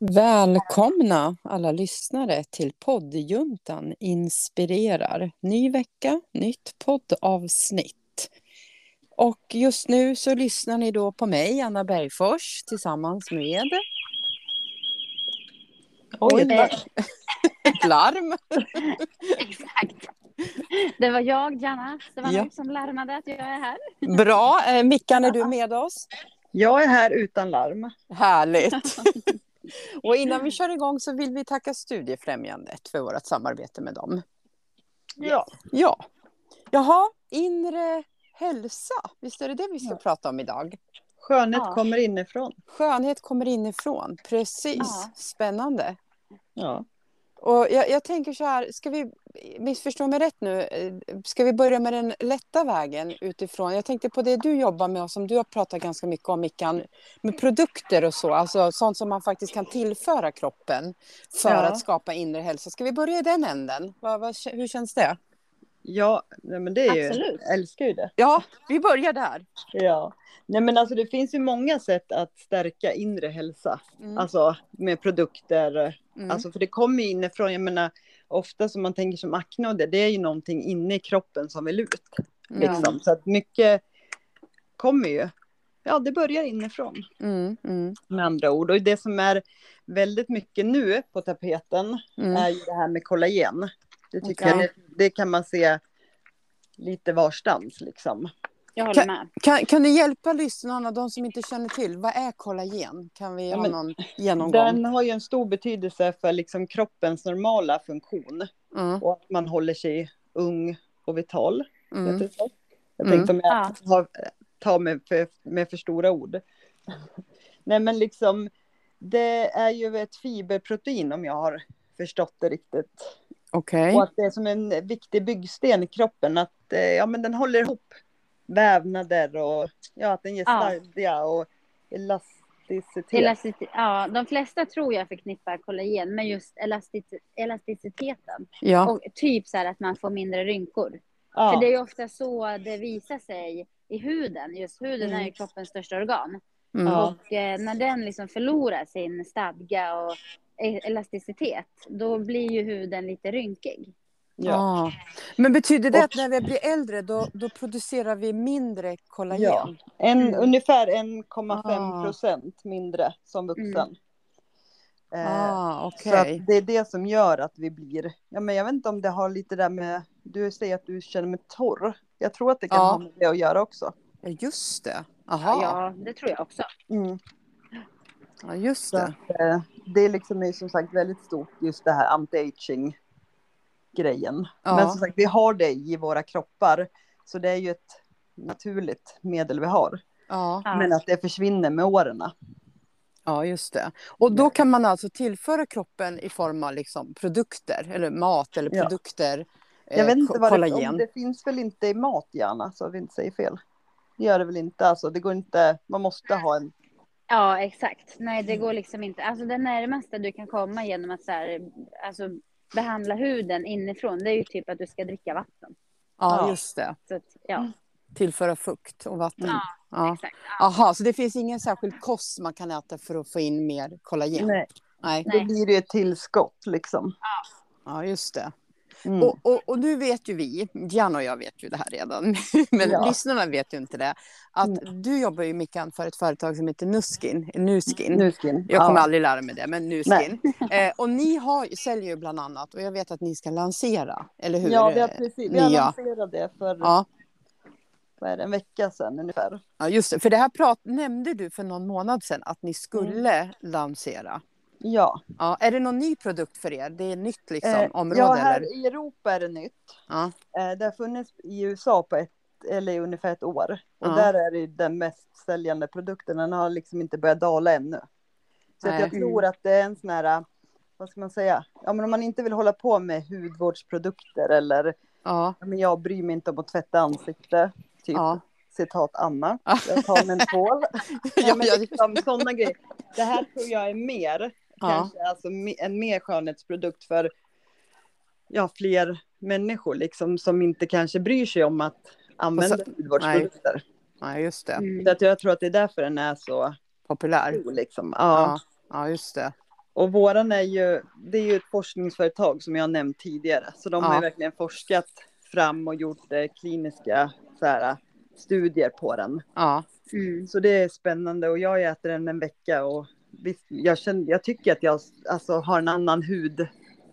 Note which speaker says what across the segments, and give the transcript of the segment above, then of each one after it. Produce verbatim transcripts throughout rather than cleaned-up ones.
Speaker 1: Välkomna alla lyssnare till poddjuntan inspirerar. Ny vecka, nytt poddavsnitt. Och just nu så lyssnar ni då på mig, Anna Bergfors, tillsammans med...
Speaker 2: Oj,
Speaker 1: Oj,
Speaker 2: eh,
Speaker 1: ett larm.
Speaker 2: Exakt. Det var jag, Janna, det var
Speaker 1: Ja.
Speaker 2: nog som larmade att jag är här.
Speaker 1: Bra. Eh, Mickan, är du med oss?
Speaker 3: Jag är här utan larm.
Speaker 1: Härligt. Och innan vi kör igång så vill vi tacka Studiefrämjandet för vårt samarbete med dem.
Speaker 3: Ja.
Speaker 1: Ja. Jaha, inre hälsa. Visst är det det vi ska
Speaker 3: Ja.
Speaker 1: prata om idag?
Speaker 3: Skönhet
Speaker 2: Ja.
Speaker 3: kommer inifrån.
Speaker 1: Skönhet kommer inifrån. Precis.
Speaker 2: Ja.
Speaker 1: Spännande.
Speaker 3: Ja.
Speaker 1: Och jag, jag tänker så här, ska vi missförstå mig rätt nu? Ska vi börja med den lätta vägen utifrån? Jag tänkte på det du jobbar med och som du har pratat ganska mycket om, Mickan, med produkter och så. Alltså sånt som man faktiskt kan tillföra kroppen för
Speaker 3: Ja.
Speaker 1: att skapa inre hälsa. Ska vi börja i den änden? Vad, vad, hur känns det?
Speaker 3: Ja, nej, men det är ju,
Speaker 2: Absolut.
Speaker 3: jag älskar ju det.
Speaker 1: Ja, vi börjar där.
Speaker 3: Ja. Nej, men alltså det finns ju många sätt att stärka inre hälsa.
Speaker 1: Mm.
Speaker 3: Alltså med produkter.
Speaker 1: Mm.
Speaker 3: Alltså för det kommer ju inifrån. Jag menar, ofta som man tänker som akne och det, det är ju någonting inne i kroppen som vill ut. Liksom.
Speaker 1: Mm.
Speaker 3: Så att mycket kommer ju. Ja, det börjar inifrån.
Speaker 1: Mm. Mm.
Speaker 3: Med andra ord. Och det som är väldigt mycket nu på tapeten
Speaker 1: Mm.
Speaker 3: är ju det här med kollagen. Det tycker
Speaker 1: Okej.
Speaker 3: jag det, det kan man se lite varstans liksom.
Speaker 2: Jag håller med.
Speaker 1: Kan, kan du hjälpa lyssnarna, de som inte känner till, vad är kollagen? Kan vi
Speaker 3: Ja,
Speaker 1: ha
Speaker 3: men
Speaker 1: någon genomgång?
Speaker 3: Den har ju en stor betydelse för liksom kroppens normala funktion.
Speaker 1: Mm.
Speaker 3: Och att man håller sig ung och vital.
Speaker 1: Mm.
Speaker 3: Jag, jag
Speaker 1: Mm.
Speaker 3: tänkte om jag
Speaker 2: Ja.
Speaker 3: har, tar med för, med för stora ord. Nej men liksom, det är ju ett fiberprotein om jag har förstått det riktigt.
Speaker 1: Okej.
Speaker 3: Och att det är som en viktig byggsten i kroppen. Att eh, ja, men den håller ihop vävnader och ja, att den ger
Speaker 2: Ja.
Speaker 3: stadga och elasticitet.
Speaker 2: Elasticitet. Ja, de flesta tror jag förknippar kollagen med just elastic- elasticiteten.
Speaker 1: Ja.
Speaker 2: Och typ så här att man får mindre rynkor.
Speaker 3: Ja.
Speaker 2: För det är ju ofta så det visar sig i huden. Just huden
Speaker 3: Mm.
Speaker 2: är ju kroppens största organ.
Speaker 1: Mm.
Speaker 3: Ja.
Speaker 2: Och eh, när den liksom förlorar sin stadga och e- elasticitet, då blir ju huden lite rynkig.
Speaker 3: Ja.
Speaker 1: Ah. Men betyder det
Speaker 3: Och-
Speaker 1: att när vi blir äldre då, då producerar vi mindre kollagen?
Speaker 3: Ja. En,
Speaker 2: Mm.
Speaker 3: Ungefär en komma fem
Speaker 1: Ah.
Speaker 3: procent mindre som vuxen.
Speaker 2: Mm.
Speaker 3: Eh,
Speaker 1: Ah,
Speaker 3: Så
Speaker 1: okej.
Speaker 3: att det är det som gör att vi blir, ja men jag vet inte om det har lite där med, du säger att du känner mig torr. Jag tror att det kan
Speaker 1: Ja.
Speaker 3: ha med det att göra också.
Speaker 1: Ja, just det. Aha.
Speaker 2: Ja, det tror jag också.
Speaker 3: Mm.
Speaker 1: Ja, just
Speaker 3: Så
Speaker 1: det.
Speaker 3: att, eh, det är liksom är som sagt väldigt stort just det här anti-aging grejen.
Speaker 1: Ja.
Speaker 3: Men som sagt vi har det i våra kroppar. Så det är ju ett naturligt medel vi har.
Speaker 1: Ja.
Speaker 2: Ja.
Speaker 3: Men att det försvinner med åren.
Speaker 1: Ja, just det. Och då kan man alltså tillföra kroppen i form av liksom produkter, eller mat eller
Speaker 3: Ja.
Speaker 1: produkter.
Speaker 3: Jag vet inte
Speaker 1: eh,
Speaker 3: vad det,
Speaker 1: kollagen.
Speaker 3: om det finns väl inte i mat gärna så vi inte säger fel. Det gör det väl inte. Alltså, det går inte, man måste ha en.
Speaker 2: Ja, exakt. Nej, det går liksom inte. Alltså det närmaste du kan komma genom att så här, alltså, behandla huden inifrån, det är ju typ att du ska dricka vatten.
Speaker 1: Ja,
Speaker 3: Ja.
Speaker 1: just det.
Speaker 2: Så att, ja,
Speaker 1: Tillföra fukt och vatten.
Speaker 3: Mm.
Speaker 1: Ja.
Speaker 2: exakt.
Speaker 1: Aha, så det finns ingen särskild kost man kan äta för att få in mer kollagen?
Speaker 3: Nej,
Speaker 1: Nej.
Speaker 3: då blir det ett tillskott liksom.
Speaker 1: Ja, just det.
Speaker 3: Mm.
Speaker 1: Och, och, och nu vet ju vi, Jan och jag vet ju det här redan, men
Speaker 3: Ja.
Speaker 1: lyssnarna vet ju inte det, att du jobbar ju mycket för ett företag som heter Nuskin, Nuskin.
Speaker 3: Nuskin.
Speaker 1: Jag kommer
Speaker 3: Ja.
Speaker 1: aldrig lära mig det, men Nuskin. Eh, och ni har, säljer ju bland annat, och jag vet att ni ska lansera, eller hur?
Speaker 3: Ja, vi har precis. Vi har
Speaker 1: Nya.
Speaker 3: lanserat det för
Speaker 1: Ja,
Speaker 3: vad är det, en vecka sedan ungefär.
Speaker 1: ja, just det. För det här prat, nämnde du för någon månad sedan att ni skulle lansera.
Speaker 3: Ja.
Speaker 1: Ja, är det någon ny produkt för er? Det är nytt liksom,
Speaker 3: Eh,
Speaker 1: område?
Speaker 3: ja, här
Speaker 1: eller?
Speaker 3: i Europa är det nytt.
Speaker 1: Ja.
Speaker 3: Eh, det har funnits i U S A på ett, eller ungefär ett år. Och
Speaker 1: Ja.
Speaker 3: där är det den mest säljande produkten. Den har liksom inte börjat dala ännu. Så att
Speaker 1: Nej.
Speaker 3: jag tror att det är en sån här, vad ska man säga? Ja, men om man inte vill hålla på med hudvårdsprodukter eller,
Speaker 1: Ja.
Speaker 3: ja, men jag bryr mig inte om att tvätta ansikte. Typ,
Speaker 1: Ja.
Speaker 3: citat Anna. Jag tar med en tvål.
Speaker 1: Ja,
Speaker 3: men
Speaker 1: ja.
Speaker 3: liksom, sådana grejer. Det här tror jag är mer,
Speaker 1: Ja.
Speaker 3: kanske alltså, me- en mer skönhetsprodukt för ja, fler människor liksom, som inte kanske bryr sig om att använda
Speaker 1: så-
Speaker 3: hudvårdsprodukter.
Speaker 1: Ja, just det.
Speaker 2: Mm.
Speaker 3: Så att jag tror att det är därför den är så
Speaker 1: Populär.
Speaker 3: stor liksom. Ja.
Speaker 1: Ja, ja, just det.
Speaker 3: Och våran är ju, det är ju ett forskningsföretag som jag har nämnt tidigare. Så de har ju
Speaker 1: Ja.
Speaker 3: verkligen forskat fram och gjort eh, kliniska så här, studier på den.
Speaker 1: Ja.
Speaker 2: Mm.
Speaker 3: Så det är spännande och jag äter den en vecka och visst, jag, känner, jag tycker att jag alltså, har en annan hud,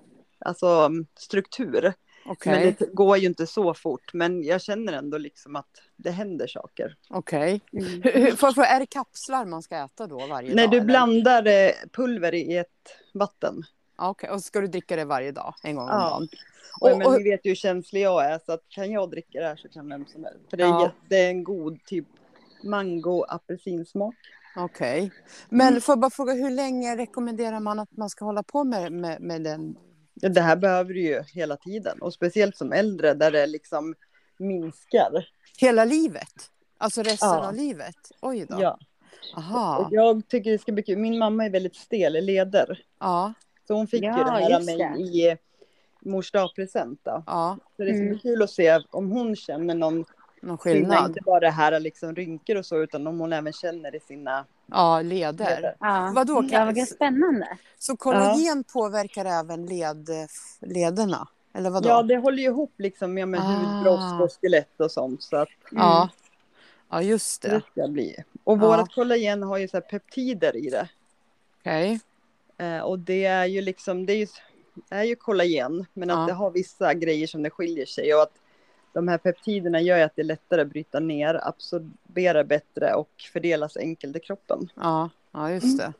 Speaker 3: alltså struktur.
Speaker 1: Okej.
Speaker 3: Men det går ju inte så fort, men jag känner ändå liksom att det händer saker.
Speaker 1: Okej.
Speaker 2: Mm.
Speaker 1: Hur- hur- för- för Är det kapslar man ska äta då varje
Speaker 3: Nej,
Speaker 1: dag?
Speaker 3: du
Speaker 1: eller?
Speaker 3: blandar eh, pulver i ett vatten.
Speaker 1: Ja, okej. Och så ska du dricka det varje dag, en gång om
Speaker 3: Ja.
Speaker 1: dagen.
Speaker 3: Och,
Speaker 1: Och-
Speaker 3: men
Speaker 1: och-
Speaker 3: ni vet ju hur känslig jag är, så att kan jag dricka det här så kan vem som helst. För det är,
Speaker 1: Ja.
Speaker 3: jä- det är en god typ mango apelsinsmak.
Speaker 1: Okej. Men
Speaker 3: Mm.
Speaker 1: får jag bara fråga, hur länge rekommenderar man att man ska hålla på med, med, med den?
Speaker 3: Det här behöver du ju hela tiden och speciellt som äldre där det liksom minskar.
Speaker 1: Hela livet? Alltså resten
Speaker 3: Ja.
Speaker 1: av livet? Oj då.
Speaker 3: Ja.
Speaker 1: Aha.
Speaker 3: Och jag tycker det ska bli kul. Min mamma är väldigt stel i leder.
Speaker 1: Ja.
Speaker 3: Så hon fick
Speaker 2: Ja,
Speaker 3: ju det här av
Speaker 2: just
Speaker 3: mig
Speaker 2: det.
Speaker 3: i mors dagpresent då.
Speaker 1: Ja.
Speaker 3: Så det ska bli
Speaker 2: Mm.
Speaker 3: kul att se om hon känner någon
Speaker 1: Någon
Speaker 3: skillnad.
Speaker 1: skillnad?
Speaker 3: Inte bara det här liksom rynkor och så, utan om hon även känner i sina
Speaker 1: Ja, leder.
Speaker 3: leder.
Speaker 2: Ja.
Speaker 1: Vadå,
Speaker 2: Mm,
Speaker 1: kan-
Speaker 2: ja, vad spännande.
Speaker 1: Så kollagen påverkar även led, lederna? Eller vadå?
Speaker 3: Ja, det håller ju ihop liksom med, med
Speaker 1: Ah.
Speaker 3: hudbrosk och skelett och sånt. Så att
Speaker 1: Ja. Ja, just
Speaker 3: det
Speaker 1: det.
Speaker 3: ska bli. Och
Speaker 1: Ja.
Speaker 3: vårat kollagen har ju så här peptider i det.
Speaker 1: Okej.
Speaker 3: Eh, och det är ju liksom, det är ju, det är ju kollagen. Men att
Speaker 1: Ja.
Speaker 3: det har vissa grejer som det skiljer sig. Och att de här peptiderna gör ju att det är lättare att bryta ner, absorbera bättre och fördelas enkelt i kroppen.
Speaker 1: Ja. Ja, just det.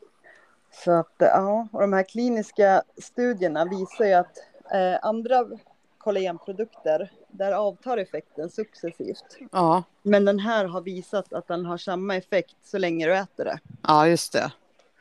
Speaker 3: Så att ja, och de här kliniska studierna visar ju att eh, andra kollagenprodukter, där avtar effekten successivt.
Speaker 1: Ja.
Speaker 3: Men den här har visat att den har samma effekt så länge du äter det.
Speaker 1: Ja, just det.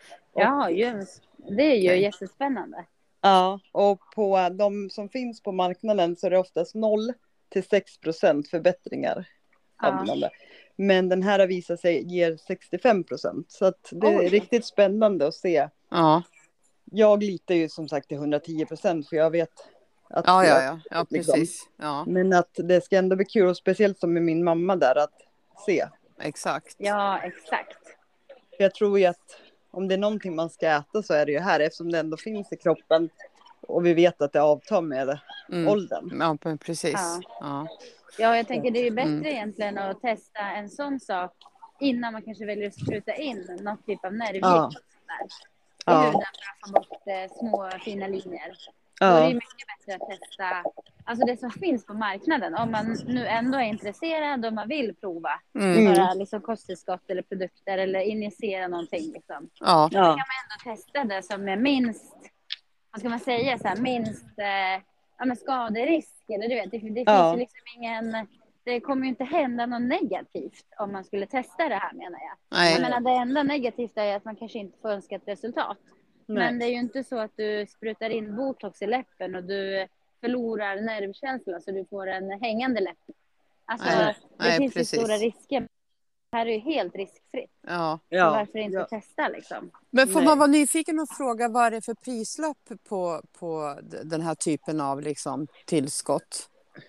Speaker 2: Ja, just. Det är ju
Speaker 1: Okej.
Speaker 2: jättespännande.
Speaker 3: Ja, och på de som finns på marknaden så är det oftast noll till sex procent förbättringar. Av
Speaker 2: Ja.
Speaker 3: de där. Men den här har visat sig ger sextiofem procent. Så att det
Speaker 2: Oj.
Speaker 3: är riktigt spännande att se.
Speaker 1: Ja.
Speaker 3: Jag litar ju som sagt till hundratio procent för jag vet att
Speaker 1: Ja, ja,
Speaker 3: jag-
Speaker 1: ja. Ja,
Speaker 3: liksom.
Speaker 1: precis. Ja,
Speaker 3: Men att det ska ändå bli kul, och speciellt som med min mamma där, att se.
Speaker 1: exakt.
Speaker 2: Ja, exakt.
Speaker 3: För jag tror ju att om det är någonting man ska äta så är det ju här, eftersom det ändå finns i kroppen. Och vi vet att det avtar med
Speaker 1: Mm.
Speaker 3: åldern.
Speaker 1: Ja, men precis.
Speaker 2: Ja.
Speaker 1: Ja.
Speaker 2: Ja, jag tänker det är ju bättre
Speaker 1: Mm.
Speaker 2: egentligen att testa en sån sak innan man kanske väljer att spruta in någon typ av nervgift
Speaker 3: Ja.
Speaker 2: där, i
Speaker 3: Ja.
Speaker 2: huden för att få bort eh, små fina linjer. Då är det
Speaker 3: Ja,
Speaker 2: ju mycket bättre att testa alltså det som finns på marknaden. Om man nu ändå är intresserad och man vill prova
Speaker 1: Mm.
Speaker 2: några liksom kosttillskott eller produkter eller injicera någonting. Liksom.
Speaker 1: Ja.
Speaker 3: ja,
Speaker 2: Ändå testa det som är minst, vad ska man säga, så här, minst eh, ja, men skaderisk. Eller du vet, det, det
Speaker 3: Ja.
Speaker 2: finns ju liksom ingen, det kommer ju inte hända något negativt om man skulle testa det här, menar jag.
Speaker 1: Nej.
Speaker 2: Jag menar, det enda negativt är att man kanske inte får önskat resultat. Men det är ju inte så att du sprutar in botox i läppen och du förlorar nervkänsla så du får en hängande läpp. Alltså,
Speaker 1: Nej,
Speaker 2: det
Speaker 1: nej,
Speaker 2: finns
Speaker 1: precis.
Speaker 2: ju stora risker. Det här är ju helt riskfritt.
Speaker 1: Ja.
Speaker 2: Så
Speaker 3: ja,
Speaker 2: varför inte
Speaker 3: ja.
Speaker 2: testa liksom?
Speaker 1: Men får
Speaker 3: Nej.
Speaker 1: man vara nyfiken och fråga vad är det för prislapp på, på d- den här typen av liksom, tillskott?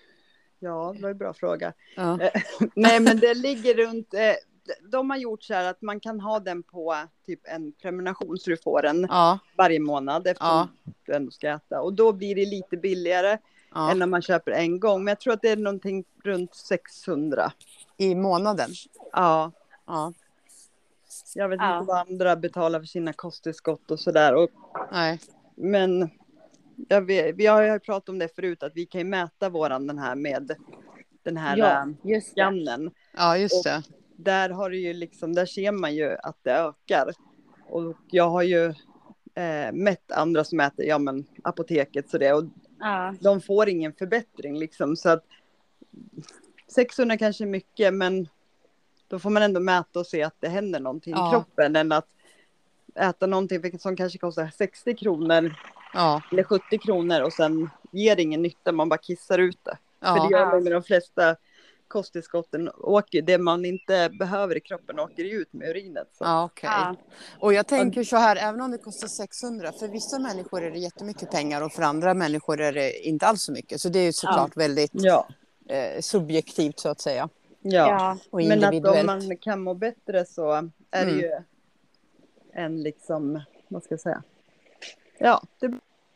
Speaker 3: Ja, det var en bra fråga.
Speaker 1: Ja.
Speaker 3: Nej, men det ligger runt, eh, de har gjort så här att man kan ha den på typ en prenumeration så du får den
Speaker 1: Ja.
Speaker 3: varje månad eftersom du ändå ska äta. Och då blir det lite billigare
Speaker 1: Ja.
Speaker 3: än när man köper en gång. Men jag tror att det är någonting runt sexhundra.
Speaker 1: I månaden?
Speaker 3: Ja,
Speaker 1: Ja.
Speaker 3: jag vet
Speaker 2: Ja.
Speaker 3: inte vad andra betalar för sina kosttillskott och sådär. Och,
Speaker 1: Nej.
Speaker 3: men jag vet, vi har ju pratat om det förut att vi kan ju mäta våran den här med den här
Speaker 2: Ja,
Speaker 3: äh,
Speaker 2: just det.
Speaker 3: skannen.
Speaker 1: Ja, just det.
Speaker 3: Där har det ju liksom, där ser man ju att det ökar. Och jag har ju eh, mätt andra som äter, ja men apoteket så det, och
Speaker 2: Ja.
Speaker 3: de får ingen förbättring liksom. Så att sexhundra kanske är mycket, men då får man ändå mäta och se att det händer någonting
Speaker 1: Ja.
Speaker 3: i kroppen. Än att äta någonting som kanske kostar sextio kronor
Speaker 1: Ja.
Speaker 3: eller sjuttio kronor och sen ger det ingen nytta, man bara kissar ut det. För
Speaker 1: Ja.
Speaker 3: det gör
Speaker 2: Ja.
Speaker 3: man med de flesta kosttillskotten. Åker, det man inte behöver i kroppen åker ut med urinet. Så.
Speaker 1: Ja, okej.
Speaker 2: Ja.
Speaker 1: Och jag tänker så här, även om det kostar sexhundra, för vissa människor är det jättemycket pengar och för andra människor är det inte alls så mycket. Så det är ju såklart väldigt
Speaker 3: Ja,
Speaker 1: eh, subjektivt så att säga.
Speaker 3: ja.
Speaker 2: Ja.
Speaker 1: Och
Speaker 3: Men att om
Speaker 1: individuellt.
Speaker 3: man kan må bättre så är det
Speaker 1: Mm.
Speaker 3: ju en liksom, vad ska jag säga? ja, det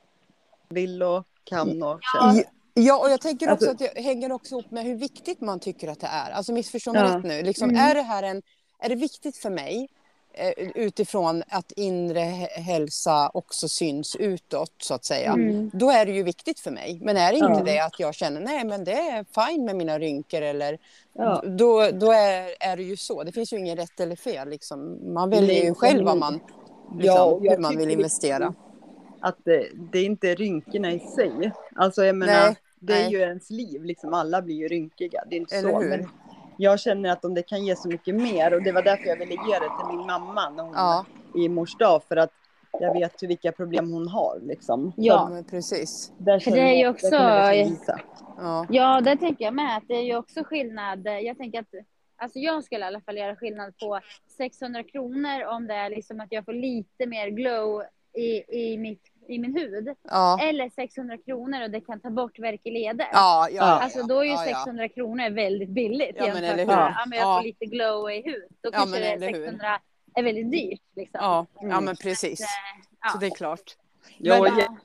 Speaker 3: vill och kan och
Speaker 1: Ja.
Speaker 3: känner.
Speaker 1: Ja, och jag tänker också
Speaker 3: Alltså,
Speaker 1: att det hänger också ihop med hur viktigt man tycker att det är. Alltså missförstå mig
Speaker 3: Ja.
Speaker 1: rätt nu. Liksom,
Speaker 2: Mm.
Speaker 1: är det här en, är det viktigt för mig eh, utifrån att inre hä- hälsa också syns utåt så att säga.
Speaker 2: Mm.
Speaker 1: Då är det ju viktigt för mig. Men är det inte
Speaker 3: Ja.
Speaker 1: det att jag känner nej men det är fine med mina rynkor eller
Speaker 3: Ja.
Speaker 1: då, då är, är det ju så. Det finns ju ingen rätt eller fel. Liksom. Man väljer
Speaker 3: Nej,
Speaker 1: ju själv vad
Speaker 3: men-
Speaker 1: man, liksom,
Speaker 3: Ja, och jag
Speaker 1: hur man vill
Speaker 3: tycker
Speaker 1: investera.
Speaker 3: liksom att det, det är inte rynkorna i sig. Alltså jag menar,
Speaker 1: Nej,
Speaker 3: det är
Speaker 1: nej.
Speaker 3: ju ens liv. Liksom, alla blir ju rynkiga. Det är inte
Speaker 1: Eller
Speaker 3: så.
Speaker 1: hur?
Speaker 3: Men jag känner att om det kan ge så mycket mer. Och det var därför jag ville ge det till min mamma när hon,
Speaker 1: Ja.
Speaker 3: i mors dag. För att jag vet vilka problem hon har. Liksom. Så
Speaker 2: Ja.
Speaker 3: att
Speaker 1: Men precis.
Speaker 3: där
Speaker 2: För det
Speaker 3: känner
Speaker 2: är ju
Speaker 3: jag-
Speaker 2: också-
Speaker 3: där kan jag verkligen visa.
Speaker 1: Ja.
Speaker 2: Ja, det tänker jag med. Att det är ju också skillnad. Jag tänker att alltså jag skulle i alla fall göra skillnad på sexhundra kronor om det är liksom att jag får lite mer glow i, i, mitt, i min hud.
Speaker 1: Ja.
Speaker 2: Eller sexhundra kronor och det kan ta bort värk i leder.
Speaker 1: Ja, ja, ja,
Speaker 2: Alltså
Speaker 1: ja.
Speaker 2: då är ju
Speaker 1: ja, ja.
Speaker 2: sexhundra kronor väldigt billigt
Speaker 1: Ja, men
Speaker 2: jämfört
Speaker 1: eller
Speaker 2: med
Speaker 1: hur?
Speaker 2: ja, men jag
Speaker 1: Ja.
Speaker 2: får lite glow i hud. Då
Speaker 1: Ja,
Speaker 2: kanske
Speaker 1: men
Speaker 2: det
Speaker 1: eller hur?
Speaker 2: sexhundra är väldigt dyrt. Liksom.
Speaker 1: Ja, ja
Speaker 3: Mm.
Speaker 1: men precis.
Speaker 2: Ja.
Speaker 1: Så det är klart.
Speaker 3: Ja, och
Speaker 1: Men-
Speaker 3: jag är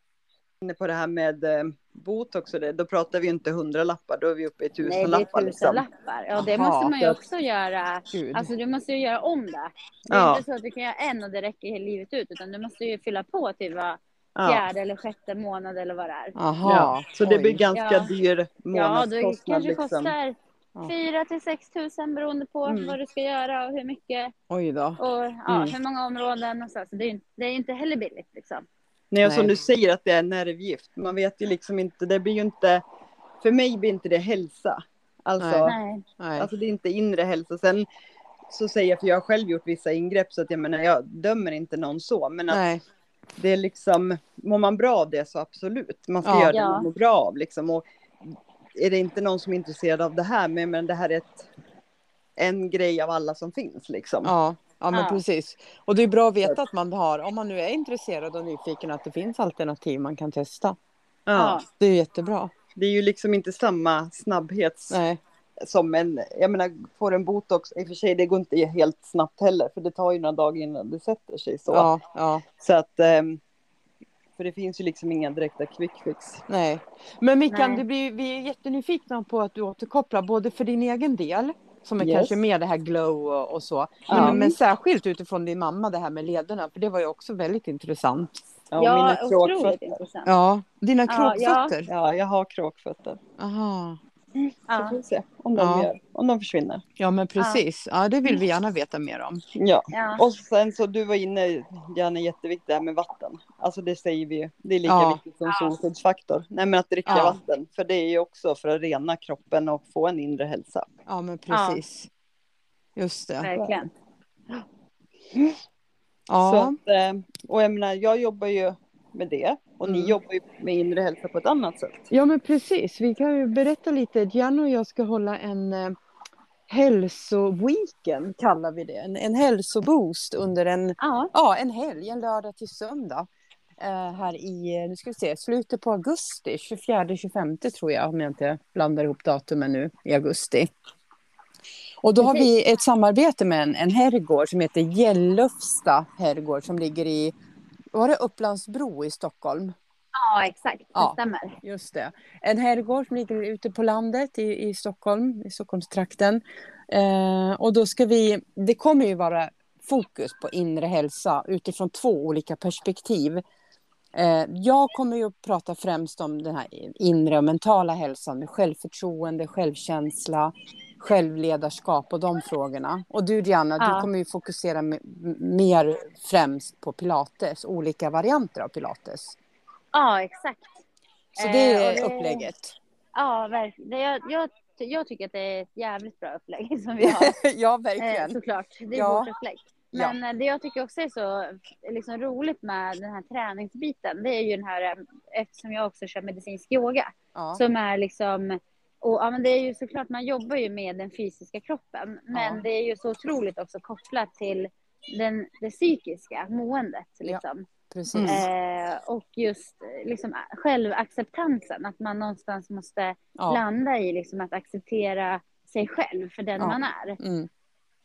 Speaker 3: inne på det här med eh, botox och det. Då pratar vi inte hundralappar. Då är vi uppe i
Speaker 2: Nej, det
Speaker 3: tusenlappar.
Speaker 2: är
Speaker 3: Liksom.
Speaker 2: tusenlappar. Ja, det
Speaker 1: Jaha,
Speaker 2: måste man ju
Speaker 3: så att-
Speaker 2: också göra.
Speaker 1: Gud.
Speaker 2: Alltså du måste ju göra om det. Det är
Speaker 3: Ja.
Speaker 2: inte så att du kan göra en och det räcker hela livet ut. Utan du måste ju fylla på till var
Speaker 3: Ja.
Speaker 2: fjärde eller sjätte månad eller vad det är.
Speaker 1: Aha.
Speaker 3: Ja. Så det blir
Speaker 1: Oj.
Speaker 3: ganska
Speaker 2: Ja.
Speaker 3: dyr
Speaker 2: Ja, det
Speaker 3: månadskostnad.
Speaker 2: kanske
Speaker 3: liksom.
Speaker 2: kostar
Speaker 1: Ja.
Speaker 2: fyra till sex tusen beroende på
Speaker 3: Mm.
Speaker 2: vad du ska göra och hur mycket.
Speaker 1: Oj då.
Speaker 2: Och ja,
Speaker 3: Mm.
Speaker 2: hur många områden och så. Så det är ju det är ju inte heller billigt liksom.
Speaker 3: Nej, och som
Speaker 1: Nej.
Speaker 3: du säger att det är nervgift. Man vet ju liksom inte, det blir ju inte, för mig blir inte det hälsa. Alltså,
Speaker 2: Nej.
Speaker 1: Nej.
Speaker 3: alltså det är inte inre hälsa. Sen så säger jag, för jag har själv gjort vissa ingrepp så att jag menar, jag dömer inte någon så. Men att
Speaker 1: Nej.
Speaker 3: det är liksom, mår man bra av det så absolut. Man ska
Speaker 1: Ja.
Speaker 3: göra det
Speaker 2: Ja.
Speaker 3: man mår bra av liksom. Och är det inte någon som är intresserad av det här, men, men det här är ett, en grej av alla som finns liksom.
Speaker 1: Ja. Ja, men
Speaker 2: Ja.
Speaker 1: precis. Och det är bra att veta att man har, om man nu är intresserad och nyfiken, att det finns alternativ man kan testa.
Speaker 3: Ja.
Speaker 1: Det är jättebra.
Speaker 3: Det är ju liksom inte samma snabbhets...
Speaker 1: Nej.
Speaker 3: Som en, jag menar, får en botox, i och för sig det går inte helt snabbt heller, för det tar ju några dagar innan det sätter sig så.
Speaker 1: Ja, ja.
Speaker 3: Så att, ehm, för det finns ju liksom inga direkta quick fix.
Speaker 1: Nej. Men Mickan,
Speaker 2: Nej.
Speaker 1: det blir, vi är jättenyfikna på att du återkopplar både för din egen del, som är
Speaker 3: Yes.
Speaker 1: kanske mer det här glow och, och så.
Speaker 3: Ja.
Speaker 1: Men, men särskilt utifrån din mamma, det här med lederna, för det var ju också väldigt intressant.
Speaker 3: Ja,
Speaker 2: Ja,
Speaker 3: mina
Speaker 2: otroligt
Speaker 3: kråkfötter.
Speaker 2: intressant.
Speaker 1: Ja, dina
Speaker 2: Ja, ja.
Speaker 1: kråkfötter.
Speaker 3: Ja, jag har kråkfötter.
Speaker 1: Aha.
Speaker 3: Så
Speaker 2: Ja.
Speaker 3: får vi se om de,
Speaker 1: Ja.
Speaker 3: gör, om de försvinner.
Speaker 1: Ja, men precis. Ja, det vill vi gärna veta mer om.
Speaker 3: Ja.
Speaker 2: Ja.
Speaker 3: Och sen så du var inne, Janne, jätteviktigt det här med vatten. Alltså det säger vi ju, det är lika
Speaker 1: Ja.
Speaker 3: viktigt som solskyddsfaktor. Nej, men att dricka
Speaker 1: Ja.
Speaker 3: vatten, för det är ju också för att rena kroppen och få en inre hälsa.
Speaker 1: Ja, men precis. Just det.
Speaker 2: Verkligen.
Speaker 3: Så
Speaker 1: Ja,
Speaker 3: att, eh, och jag menar, jag jobbar ju med det och ni
Speaker 1: Mm.
Speaker 3: jobbar ju med inre hälsa på ett annat sätt.
Speaker 1: ja men precis. Vi kan ju berätta lite. Janne och jag ska hålla en eh, hälsoweekend, kallar vi det. En, en hälsoboost under en,
Speaker 2: Ja.
Speaker 1: ja, en helg, en lördag till söndag. Eh, här i, nu ska vi se, slutet på augusti, tjugofjärde tjugofemte tror jag, om jag inte blandar ihop datumen nu i augusti. Och då har vi ett samarbete med en, en herrgård som heter Gällufsta herrgård som ligger i, var det Upplandsbro i Stockholm?
Speaker 2: Ja, exakt. Det
Speaker 1: Ja.
Speaker 2: stämmer.
Speaker 1: Just det. En herrgård som ligger ute på landet i, i Stockholm, i Stockholmstrakten. Eh, och då ska vi, det kommer ju vara fokus på inre hälsa utifrån två olika perspektiv. Eh, jag kommer ju att prata främst om den här inre och mentala hälsan med självförtroende, självkänsla, självledarskap och de frågorna. Och du Diana,
Speaker 2: Ja.
Speaker 1: du kommer ju fokusera m- mer främst på pilates, olika varianter av pilates.
Speaker 2: Ja, exakt.
Speaker 1: Så det
Speaker 2: Eh,
Speaker 1: är
Speaker 2: och det-
Speaker 1: upplägget.
Speaker 2: Ja, verkligen. Det- Jag, jag, jag tycker att det är ett jävligt bra upplägg som vi har.
Speaker 1: Ja,
Speaker 2: Eh,
Speaker 1: verkligen.
Speaker 2: såklart, det är
Speaker 1: Ja.
Speaker 2: vårt upplägg. Men eh, det jag tycker också är så liksom, roligt med den här träningsbiten, det är ju den här, eh, eftersom jag också kör medicinsk yoga,
Speaker 1: Ja.
Speaker 2: som är liksom, och ja, men det är ju såklart, man jobbar ju med den fysiska kroppen, men
Speaker 1: Ja.
Speaker 2: det är ju så otroligt också kopplat till den, det psykiska måendet. Liksom.
Speaker 1: Precis.
Speaker 2: Eh, och just eh, liksom, självacceptansen, att man någonstans måste
Speaker 1: Ja.
Speaker 2: landa i liksom, att acceptera sig själv för den
Speaker 1: Ja.
Speaker 2: man är.
Speaker 1: Mm.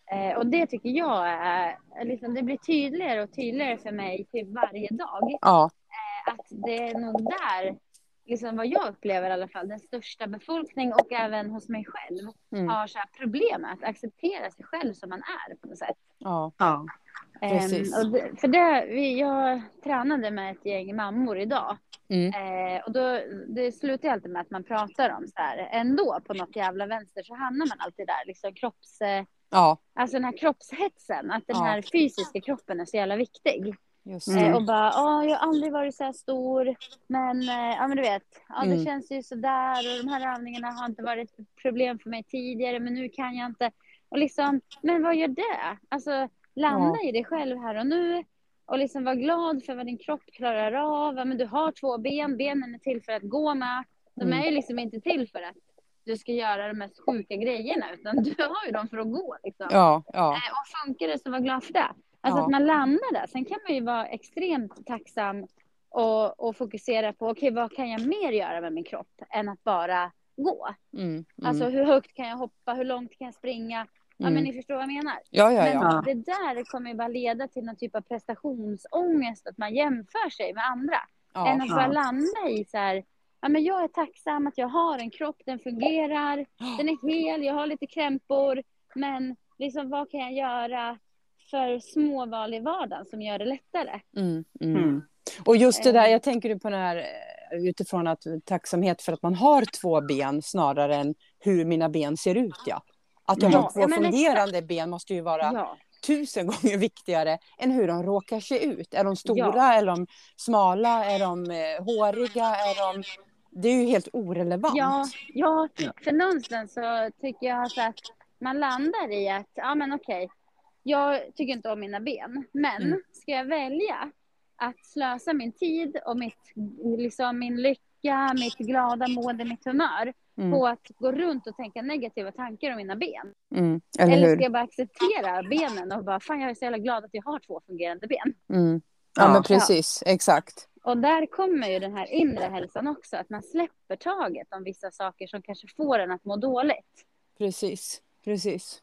Speaker 2: Eh, och det tycker jag är, liksom, det blir tydligare och tydligare för mig till varje dag.
Speaker 1: Ja.
Speaker 2: Eh, att det är nog där, liksom vad jag upplever i alla fall, den största befolkning och även hos mig själv
Speaker 1: Mm.
Speaker 2: har så här problem med att acceptera sig själv som man är på något sätt.
Speaker 1: Ja.
Speaker 3: Ja.
Speaker 1: Precis.
Speaker 2: Um, och det, för det, vi, jag tränade med ett gäng mammor idag.
Speaker 1: Mm.
Speaker 2: Eh, och då, det slutar ju alltid med att man pratar om så här, ändå på något jävla vänster så hamnar man alltid där, liksom kropps, eh,
Speaker 1: Ja.
Speaker 2: alltså den här kroppshetsen, att den
Speaker 1: Ja.
Speaker 2: här fysiska kroppen är så jävla viktig.
Speaker 1: Just
Speaker 3: Mm.
Speaker 1: det.
Speaker 2: Eh, och bara, åh, jag har aldrig varit så här stor, men, eh, ja men du vet, ja det
Speaker 1: Mm.
Speaker 2: känns ju så där och de här övningarna har inte varit ett problem för mig tidigare, men nu kan jag inte. Och liksom, men vad gör det? Alltså, landa
Speaker 1: Ja.
Speaker 2: i dig själv här och nu och liksom vara glad för vad din kropp klarar av. Ja, men du har två ben, benen är till för att gå med. De
Speaker 1: Mm.
Speaker 2: är ju liksom inte till för att du ska göra de mest sjuka grejerna, utan du har ju dem för att gå liksom.
Speaker 1: Ja. Ja.
Speaker 2: Eh, Och funkar det så var glad för det. Alltså
Speaker 1: Ja.
Speaker 2: att man landar där. Sen kan man ju vara extremt tacksam och, och fokusera på, okej, vad kan jag mer göra med min kropp än att bara gå?
Speaker 1: Mm. Mm.
Speaker 2: Alltså hur högt kan jag hoppa, hur långt kan jag springa? Ja,
Speaker 1: Mm.
Speaker 2: men ni förstår vad jag menar.
Speaker 1: Ja, ja,
Speaker 2: Men
Speaker 1: ja.
Speaker 2: det där kommer ju bara leda till någon typ av prestationsångest, att man jämför sig med andra.
Speaker 1: Ja.
Speaker 2: Än att bara
Speaker 3: Ja.
Speaker 2: landa i så här, ja men jag är tacksam att jag har en kropp, den fungerar, den är hel, jag har lite krämpor, men liksom vad kan jag göra för små val i vardagen som gör det lättare?
Speaker 1: Mm. Mm.
Speaker 3: Mm.
Speaker 1: Och just det där,
Speaker 2: Eh.
Speaker 1: jag tänker ju på den här eh, utifrån att tacksamhet för att man har två ben snarare än hur mina ben ser ut, ja. Att jag
Speaker 2: Ja,
Speaker 1: har två
Speaker 2: ja, men
Speaker 1: fungerande ben måste ju vara
Speaker 2: Ja,
Speaker 1: tusen gånger viktigare än hur de råkar se ut. Är de stora,
Speaker 2: Ja.
Speaker 1: är de smala, är de eh, håriga, är de... Det är ju helt orelevant.
Speaker 2: ja, ja,
Speaker 3: Ja.
Speaker 2: för någonstans så tycker jag så att man landar i att, ja men okej, jag tycker inte om mina ben, men
Speaker 1: Mm.
Speaker 2: ska jag välja att slösa min tid och mitt, liksom min lycka, mitt glada mående, mitt humör
Speaker 1: Mm.
Speaker 2: på att gå runt och tänka negativa tankar om mina ben?
Speaker 1: Mm. Eller,
Speaker 2: Eller
Speaker 1: hur?
Speaker 2: ska jag bara acceptera benen och bara, fan jag är så jävla glad att jag har två fungerande ben?
Speaker 1: Mm. Ja,
Speaker 3: Ja.
Speaker 1: men precis. Exakt.
Speaker 2: Och där kommer ju den här inre hälsan också, att man släpper taget om vissa saker som kanske får en att må dåligt.
Speaker 1: Precis. Precis.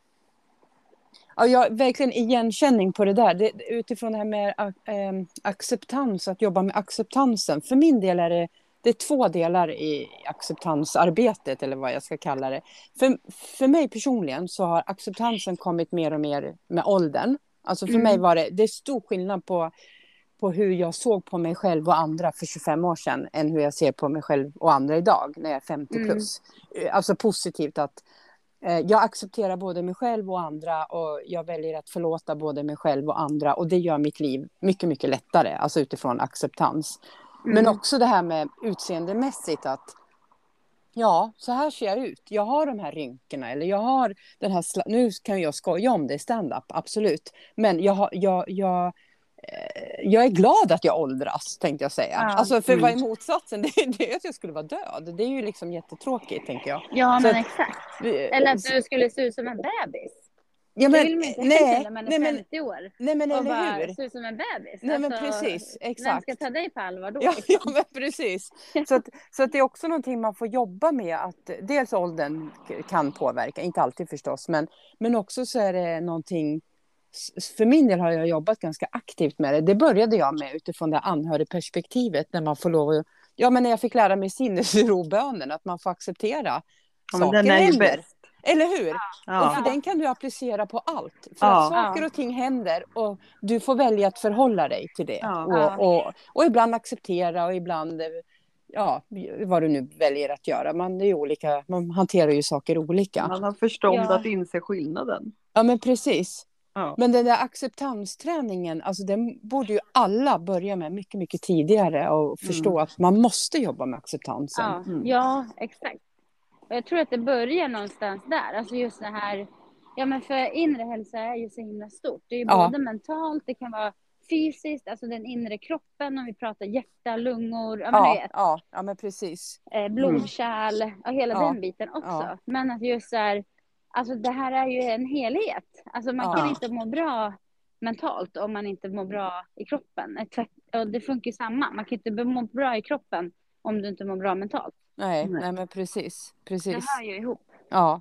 Speaker 1: Ja, jag har verkligen igenkänning på det där. Det, utifrån det här med äh, acceptans, att jobba med acceptansen. För min del är det, det är två delar i acceptansarbetet, eller vad jag ska kalla det. För, för mig personligen så har acceptansen kommit mer och mer med åldern. Alltså för
Speaker 2: Mm.
Speaker 1: mig var det, det är stor skillnad på, på hur jag såg på mig själv och andra för tjugofem år sedan än hur jag ser på mig själv och andra idag när jag är femtio
Speaker 2: Mm.
Speaker 1: plus. Alltså positivt att jag accepterar både mig själv och andra och jag väljer att förlåta både mig själv och andra och det gör mitt liv mycket, mycket lättare, alltså utifrån acceptans.
Speaker 2: Mm.
Speaker 1: Men också det här med utseendemässigt att ja, så här ser jag ut. Jag har de här rynkorna eller jag har den här, sla- nu kan jag skoja om det i stand-up, absolut. Men jag, har, jag, jag, eh, jag är glad att jag åldras, tänkte jag säga.
Speaker 2: Ja.
Speaker 1: Alltså för
Speaker 3: Mm.
Speaker 1: vad är motsatsen? Det, det är att jag skulle vara död. Det är ju liksom jättetråkigt, tänker jag.
Speaker 2: Ja,
Speaker 1: Så
Speaker 2: men
Speaker 1: att-
Speaker 2: exakt.
Speaker 1: Vi-
Speaker 2: Eller att du skulle se ut som en bebis.
Speaker 1: Ja,
Speaker 2: Det
Speaker 1: men,
Speaker 2: vill man inte
Speaker 1: nej,
Speaker 2: heller när man är
Speaker 1: nej, men,
Speaker 2: femtio år.
Speaker 1: nej, men
Speaker 2: Och
Speaker 1: eller
Speaker 2: bara
Speaker 1: hur?
Speaker 2: se ut som en bebis.
Speaker 1: Nej, men
Speaker 2: Alltså,
Speaker 1: precis,
Speaker 2: Vem
Speaker 1: exakt.
Speaker 2: ska ta dig på allvar då?
Speaker 1: Ja,
Speaker 2: liksom?
Speaker 1: ja, men precis. Så att, så att det är också någonting man får jobba med. Att dels åldern k- kan påverka, inte alltid förstås. Men, men också så är det någonting, s- för min del har jag jobbat ganska aktivt med det. Det började jag med utifrån det anhörigperspektivet. När man får lov att, ja men när jag fick lära mig sinnesrobönen, att man får acceptera
Speaker 3: Ja, men
Speaker 1: saker
Speaker 3: den är ju
Speaker 1: händer.
Speaker 3: bäst.
Speaker 1: Eller hur? Och
Speaker 3: Ja.
Speaker 1: för den kan du applicera på allt. För
Speaker 3: Ja.
Speaker 1: att saker
Speaker 2: Ja.
Speaker 1: och ting händer och du får välja att förhålla dig till det.
Speaker 3: Ja.
Speaker 1: Och, och, och ibland acceptera och ibland, eh, ja, vad du nu väljer att göra. Man, det är ju olika, man hanterar ju saker olika.
Speaker 3: Man har förstånd
Speaker 2: Ja.
Speaker 3: att inse skillnaden.
Speaker 1: Ja, men precis.
Speaker 3: Ja.
Speaker 1: Men den där acceptansträningen, alltså den borde ju alla börja med mycket, mycket tidigare och förstå
Speaker 3: Mm.
Speaker 1: att man måste jobba med acceptansen.
Speaker 2: Ja,
Speaker 3: Mm.
Speaker 2: ja, exakt. Och jag tror att det börjar någonstans där. Alltså just det här, ja men för inre hälsa är ju så himla stort. Det är ju
Speaker 1: Ja.
Speaker 2: både mentalt, det kan vara fysiskt, alltså den inre kroppen om vi pratar hjärta, lungor, ja men du
Speaker 1: Ja,
Speaker 2: vet,
Speaker 1: ja, ja, men precis.
Speaker 2: eh, blodkärl och hela
Speaker 1: Ja.
Speaker 2: den biten också.
Speaker 1: Ja.
Speaker 2: Men att just så här, alltså det här är ju en helhet. Alltså man
Speaker 1: Ja.
Speaker 2: kan inte må bra mentalt om man inte mår bra i kroppen. Ett tvätt- Och det funkar ju samma. Man kan inte må bra i kroppen om du inte mår bra mentalt.
Speaker 1: Nej,
Speaker 3: Nej.
Speaker 1: nej men precis.
Speaker 2: Det
Speaker 1: Precis.
Speaker 2: hör ju ihop.
Speaker 1: Ja.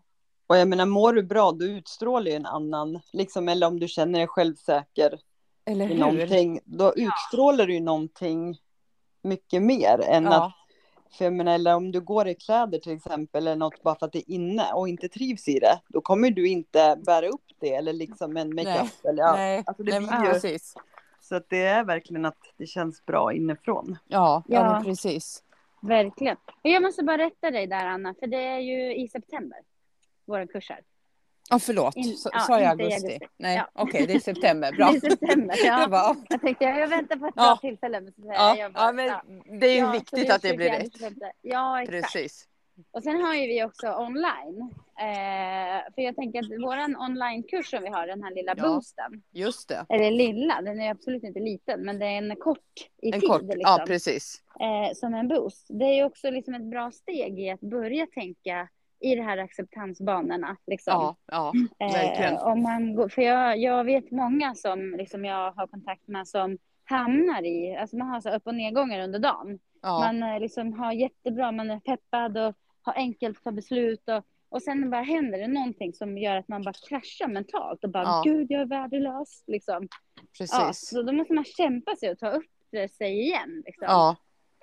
Speaker 3: Och jag menar, mår du bra, då utstrålar ju en annan, liksom, eller om du känner dig självsäker
Speaker 1: Eller
Speaker 3: i
Speaker 1: hur?
Speaker 3: någonting, då utstrålar du ju någonting mycket mer än
Speaker 1: Ja.
Speaker 3: att, för jag menar, eller om du går i kläder till exempel, eller något bara för att det är inne och inte trivs i det, då kommer du inte bära upp det, eller liksom en makeup,
Speaker 1: Nej.
Speaker 3: eller ja,
Speaker 1: Nej,
Speaker 3: alltså det
Speaker 1: Nej
Speaker 3: blir
Speaker 1: men
Speaker 3: ju,
Speaker 1: precis.
Speaker 3: så att det är verkligen att det känns bra inifrån.
Speaker 1: Ja, ja,
Speaker 2: Ja.
Speaker 1: men precis.
Speaker 2: Verkligen. Och jag måste bara rätta dig där, Anna, för det är ju i september, våra kurser.
Speaker 1: Ja, förlåt.
Speaker 2: In,
Speaker 1: Så,
Speaker 2: ja,
Speaker 1: sa jag
Speaker 2: inte i
Speaker 1: augusti?
Speaker 2: augusti.
Speaker 1: Nej,
Speaker 2: Ja.
Speaker 1: okej, okay, det är september. Bra.
Speaker 2: Det är september, ja.
Speaker 1: Det var...
Speaker 2: Jag tänkte, jag väntar på ett
Speaker 1: Ja.
Speaker 2: bra tillfälle. Men så säger
Speaker 1: Ja,
Speaker 2: jag bara,
Speaker 1: ja, men
Speaker 2: ja.
Speaker 1: det är ju
Speaker 2: Ja, så
Speaker 1: viktigt
Speaker 2: är
Speaker 1: att det blir
Speaker 2: tjugofjärde,
Speaker 1: rätt.
Speaker 2: tjugofemte. Ja, exakt.
Speaker 1: Precis.
Speaker 2: Och sen har ju vi också online. Eh, för jag tänker att våran onlinekurs som vi har, den här lilla
Speaker 1: Ja.
Speaker 2: boosten.
Speaker 1: Just det.
Speaker 2: Eller lilla, den är absolut inte liten, men det är en kort i
Speaker 1: En
Speaker 2: tid.
Speaker 1: kort,
Speaker 2: Liksom,
Speaker 1: ja precis.
Speaker 2: eh, som en boost. Det är ju också liksom ett bra steg i att börja tänka i de här acceptansbanorna. Liksom.
Speaker 1: Ja, ja, verkligen.
Speaker 2: Eh, om man går, för jag, jag vet många som liksom jag har kontakt med som hamnar i, alltså man har så upp- och nedgångar under dagen.
Speaker 1: Ja,
Speaker 2: Man eh, liksom har jättebra, man är peppad och har enkelt att ta beslut och, och sen bara händer det någonting som gör att man bara kraschar mentalt och bara
Speaker 1: Ja.
Speaker 2: gud jag är värdelös liksom. Ja,
Speaker 1: precis.
Speaker 2: så då måste man kämpa sig och ta upp det sig igen liksom.
Speaker 1: Ja,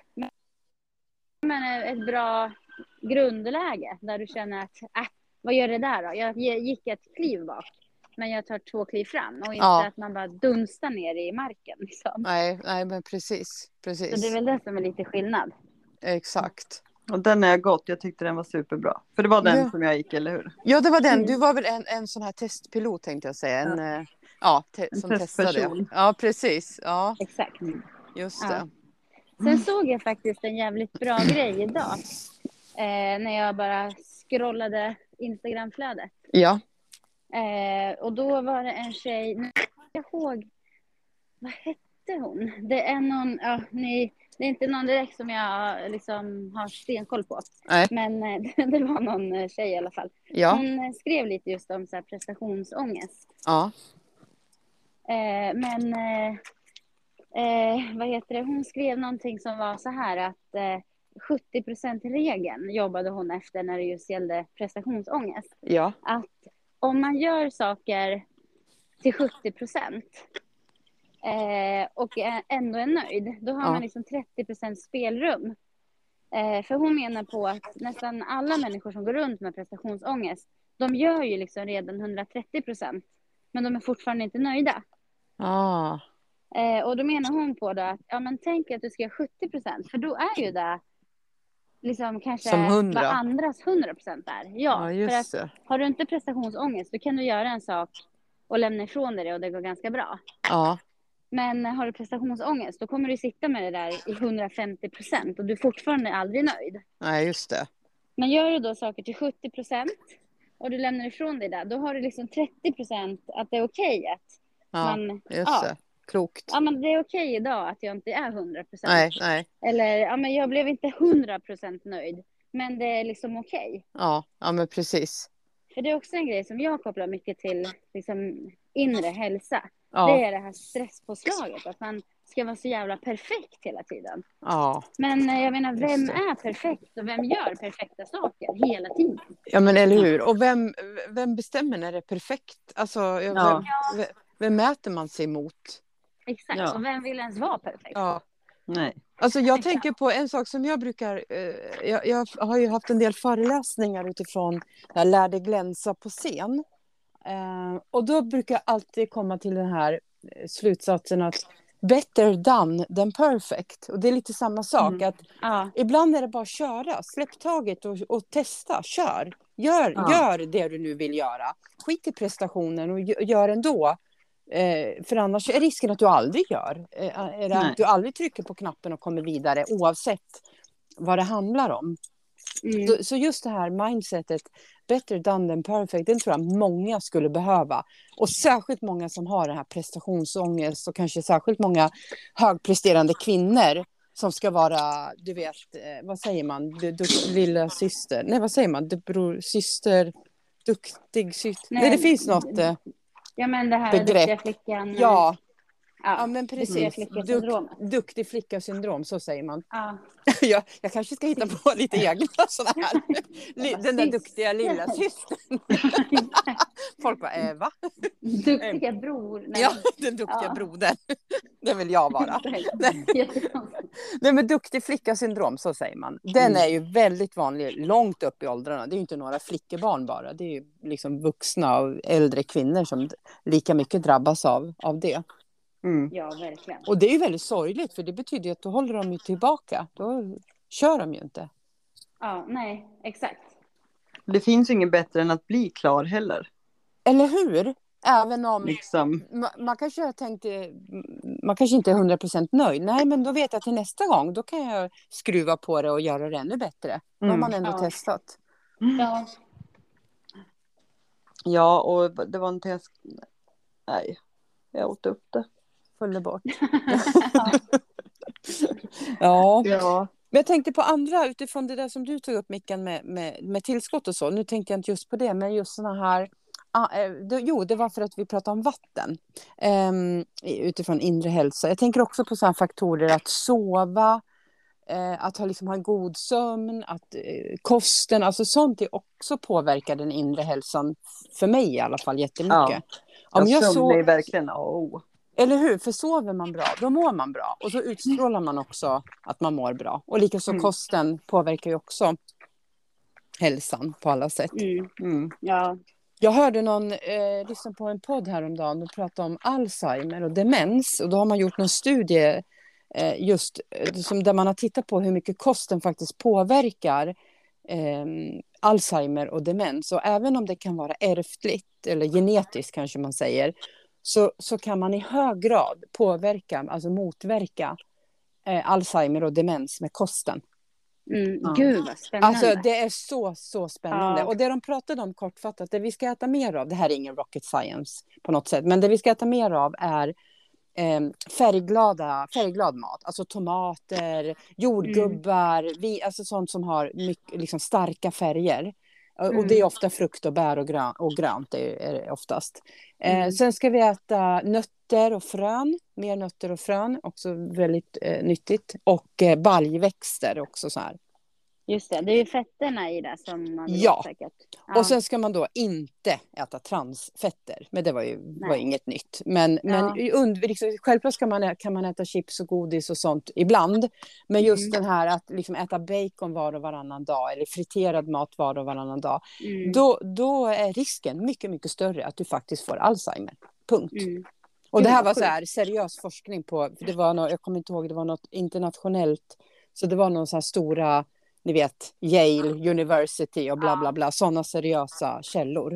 Speaker 2: Men eh, ett bra grundläge där du känner att äh, vad gör det där då? Jag gick ett kliv bak, men jag tar två kliv fram och inte
Speaker 1: Ja.
Speaker 2: att man bara dunstar ner i marken liksom.
Speaker 1: nej, nej men precis.
Speaker 2: Så
Speaker 1: Precis.
Speaker 2: det är väl det som är lite skillnad.
Speaker 1: Exakt.
Speaker 3: Och den har jag gått, jag tyckte den var superbra. För det var den
Speaker 1: Ja.
Speaker 3: som jag gick, eller hur?
Speaker 1: Ja, det var den.
Speaker 2: Mm.
Speaker 1: Du var väl en, en sån här testpilot tänkte jag säga. En, ja, ja te-
Speaker 3: En
Speaker 1: som testade.
Speaker 3: testperson.
Speaker 1: Ja, precis. Ja,
Speaker 2: Exakt.
Speaker 1: just
Speaker 2: Ja.
Speaker 1: det.
Speaker 2: Sen såg jag faktiskt en jävligt bra grej idag. Eh, när jag bara scrollade Instagramflödet.
Speaker 1: Ja,
Speaker 2: Eh, och då var det en tjej, nu kommer jag ihåg, vad hette hon? Det är någon, ja, ni, det är inte någon direkt som jag liksom har stenkoll på.
Speaker 1: nej.
Speaker 2: Men eh, det var någon eh, tjej i alla fall.
Speaker 1: Ja,
Speaker 2: Hon eh, skrev lite just om så här prestationsångest.
Speaker 1: ja,
Speaker 2: Eh, men eh, eh, vad heter det? Hon skrev någonting som var så här att eh, sjuttio procent-regeln jobbade hon efter när det just gällde prestationsångest.
Speaker 1: ja,
Speaker 2: Att om man gör saker till sjuttio procent eh, och är- ändå är nöjd, då har
Speaker 1: Ja.
Speaker 2: man liksom trettio procent spelrum. Eh, för hon menar på att nästan alla människor som går runt med prestationsångest, de gör ju liksom redan hundratrettio procent, men de är fortfarande inte nöjda.
Speaker 1: ah,
Speaker 2: Eh, och då menar hon på det att ja, men tänk att du ska göra sjuttio procent, för då är ju det liksom kanske
Speaker 1: Som hundra.
Speaker 2: vad andras hundra procent är. Ja,
Speaker 1: ja,
Speaker 2: för att
Speaker 1: just det.
Speaker 2: har du inte prestationsångest, då kan du göra en sak och lämna ifrån dig det och det går ganska bra.
Speaker 1: Ja,
Speaker 2: Men har du prestationsångest, då kommer du sitta med det där i hundrafemtio procent och du är fortfarande aldrig nöjd.
Speaker 1: nej, just det.
Speaker 2: Men gör du då saker till sjuttio procent och du lämnar ifrån dig det, då har du liksom trettio procent att det är okej att
Speaker 1: Ja,
Speaker 2: man,
Speaker 1: just
Speaker 2: ja,
Speaker 1: det. Klokt.
Speaker 2: ja, men det är okej idag att jag inte är hundra procent.
Speaker 1: Nej, nej.
Speaker 2: Eller ja, men jag blev inte hundra procent nöjd, men det är liksom okej.
Speaker 1: Ja, ja, men precis.
Speaker 2: För det är också en grej som jag kopplar mycket till liksom, inre hälsa.
Speaker 1: Ja,
Speaker 2: Det är det här stresspåslaget, att man ska vara så jävla perfekt hela tiden.
Speaker 1: ja.
Speaker 2: Men eh, jag menar, vem
Speaker 1: Just det.
Speaker 2: är perfekt och vem gör perfekta saker hela tiden?
Speaker 1: Ja, men eller hur. Och vem, vem bestämmer när det är perfekt? Alltså, vem,
Speaker 3: Ja.
Speaker 1: vem, vem mäter man sig mot?
Speaker 2: Exakt,
Speaker 3: Ja.
Speaker 2: och vem vill ens vara perfekt?
Speaker 1: Ja.
Speaker 3: Nej.
Speaker 1: Alltså jag tänker på en sak som jag brukar, eh, jag, jag har ju haft en del föreläsningar utifrån när jag lärde glänsa på scen. Eh, och då brukar jag alltid komma till den här eh, slutsatsen att better done than perfect. Och det är lite samma sak,
Speaker 3: Mm.
Speaker 1: att
Speaker 2: Ja,
Speaker 1: ibland är det bara att köra, släpp taget och, och testa, kör. Gör,
Speaker 3: Ja.
Speaker 1: gör det du nu vill göra. Skit i prestationen och gö- gör ändå. Eh, för annars är risken att du aldrig gör. Eh, är det
Speaker 3: Nej.
Speaker 1: att du aldrig trycker på knappen och kommer vidare oavsett vad det handlar om.
Speaker 2: mm.
Speaker 1: Så, så just det här mindsetet, better done than perfect, den tror jag många skulle behöva. Och särskilt många som har den här prestationsångest och kanske särskilt många högpresterande kvinnor som ska vara, du vet, eh, vad säger man, du, du, lilla syster, nej vad säger man, du, bror, syster, duktig syster, nej,
Speaker 2: Nej.
Speaker 1: det finns något, eh,
Speaker 2: ja men det här
Speaker 1: begrepp.
Speaker 2: duktiga flickan.
Speaker 1: ja,
Speaker 2: Ja,
Speaker 1: Ja, men precis. Duk, duktig flicka-syndrom, så säger man.
Speaker 2: Ja.
Speaker 1: jag, jag kanske ska hitta på lite egna sådana här. Den där duktiga lilla systern. Folk bara, äh, va?
Speaker 2: Duktiga bror. Nej.
Speaker 1: Ja, den duktiga ja. brodern. Det vill jag vara. Nej, men duktig flicka-syndrom, så säger man. Den mm. är ju väldigt vanlig långt upp i åldrarna. Det är ju inte några flickebarn bara. Det är ju liksom vuxna och äldre kvinnor som lika mycket drabbas av, av det.
Speaker 2: Mm. Ja, verkligen.
Speaker 1: Och det är ju väldigt sorgligt, för det betyder ju att då håller de ju tillbaka. Då kör de ju inte.
Speaker 2: Ja, nej, exakt.
Speaker 3: Det finns ju inget bättre än att bli klar heller.
Speaker 1: Eller hur? Även om
Speaker 3: liksom.
Speaker 1: man, man kanske har tänkt, man kanske inte är hundra procent nöjd. Nej, men då vet jag till nästa gång, då kan jag skruva på det och göra det ännu bättre. Då har man ändå
Speaker 2: ja.
Speaker 1: testat.
Speaker 2: Ja.
Speaker 3: Ja, och det var en test. Nej, jag åt upp det.
Speaker 1: Följde bort. ja. ja. Men jag tänkte på andra, utifrån det där som du tog upp, Mickan, med, med, med tillskott och så. Nu tänkte jag inte just på det, men just såna här... Ah, eh, det, jo, det var för att vi pratade om vatten. Um, utifrån inre hälsa. Jag tänker också på sådana faktorer, att sova, eh, att ha, liksom, ha en god sömn, att eh, kosten, alltså sånt är också påverkar den inre hälsan. För mig i alla fall jättemycket.
Speaker 3: Ja,
Speaker 1: Om jag
Speaker 3: sömn
Speaker 1: så...
Speaker 3: är verkligen... Oh.
Speaker 1: Eller hur? För sover man bra, då mår man bra. Och så utstrålar man också att man mår bra. Och likaså mm. kosten påverkar ju också hälsan på alla sätt.
Speaker 2: Mm. Mm. Ja.
Speaker 1: Jag hörde någon eh, lyssna på en podd häromdagen och prata om Alzheimer och demens. Och då har man gjort en studie eh, just som, där man har tittat på hur mycket kosten faktiskt påverkar eh, Alzheimer och demens. Och även om det kan vara ärftligt eller genetiskt kanske man säger, så, så kan man i hög grad påverka, alltså motverka eh, Alzheimer och demens med kosten.
Speaker 2: Mm, ja. Gud vad spännande.
Speaker 1: Alltså det är så, så spännande.
Speaker 2: Ja.
Speaker 1: Och det de pratade om kortfattat, det vi ska äta mer av, det här är ingen rocket science på något sätt, men det vi ska äta mer av är eh, färgglada, färgglad mat. Alltså tomater, jordgubbar, mm. vi, alltså sånt som har mycket, liksom starka färger. Mm. Och det är ofta frukt och bär och, grön, och grönt är, är det oftast. Mm. Eh, sen ska vi äta nötter och frön. Mer nötter och frön. Också väldigt eh, nyttigt. Och eh, baljväxter också så här.
Speaker 2: Just det, det är ju fetterna i det som man vill
Speaker 1: ja.
Speaker 2: säkert. Ja, och
Speaker 1: sen ska man då inte äta transfetter. Men det var ju var inget nytt. Men, ja. men und, liksom, självklart ska man, kan man äta chips och godis och sånt ibland. Men just mm. den här att liksom äta bacon var och varannan dag. Eller friterad mat var och varannan dag. Mm. Då, då är risken mycket, mycket större att du faktiskt får Alzheimer. Punkt. Mm. Och det här var så här seriös forskning på. För det var något, jag kommer inte ihåg, det var något internationellt. Så det var någon så här stora... Ni vet, Yale University och bla bla bla. Sådana seriösa källor.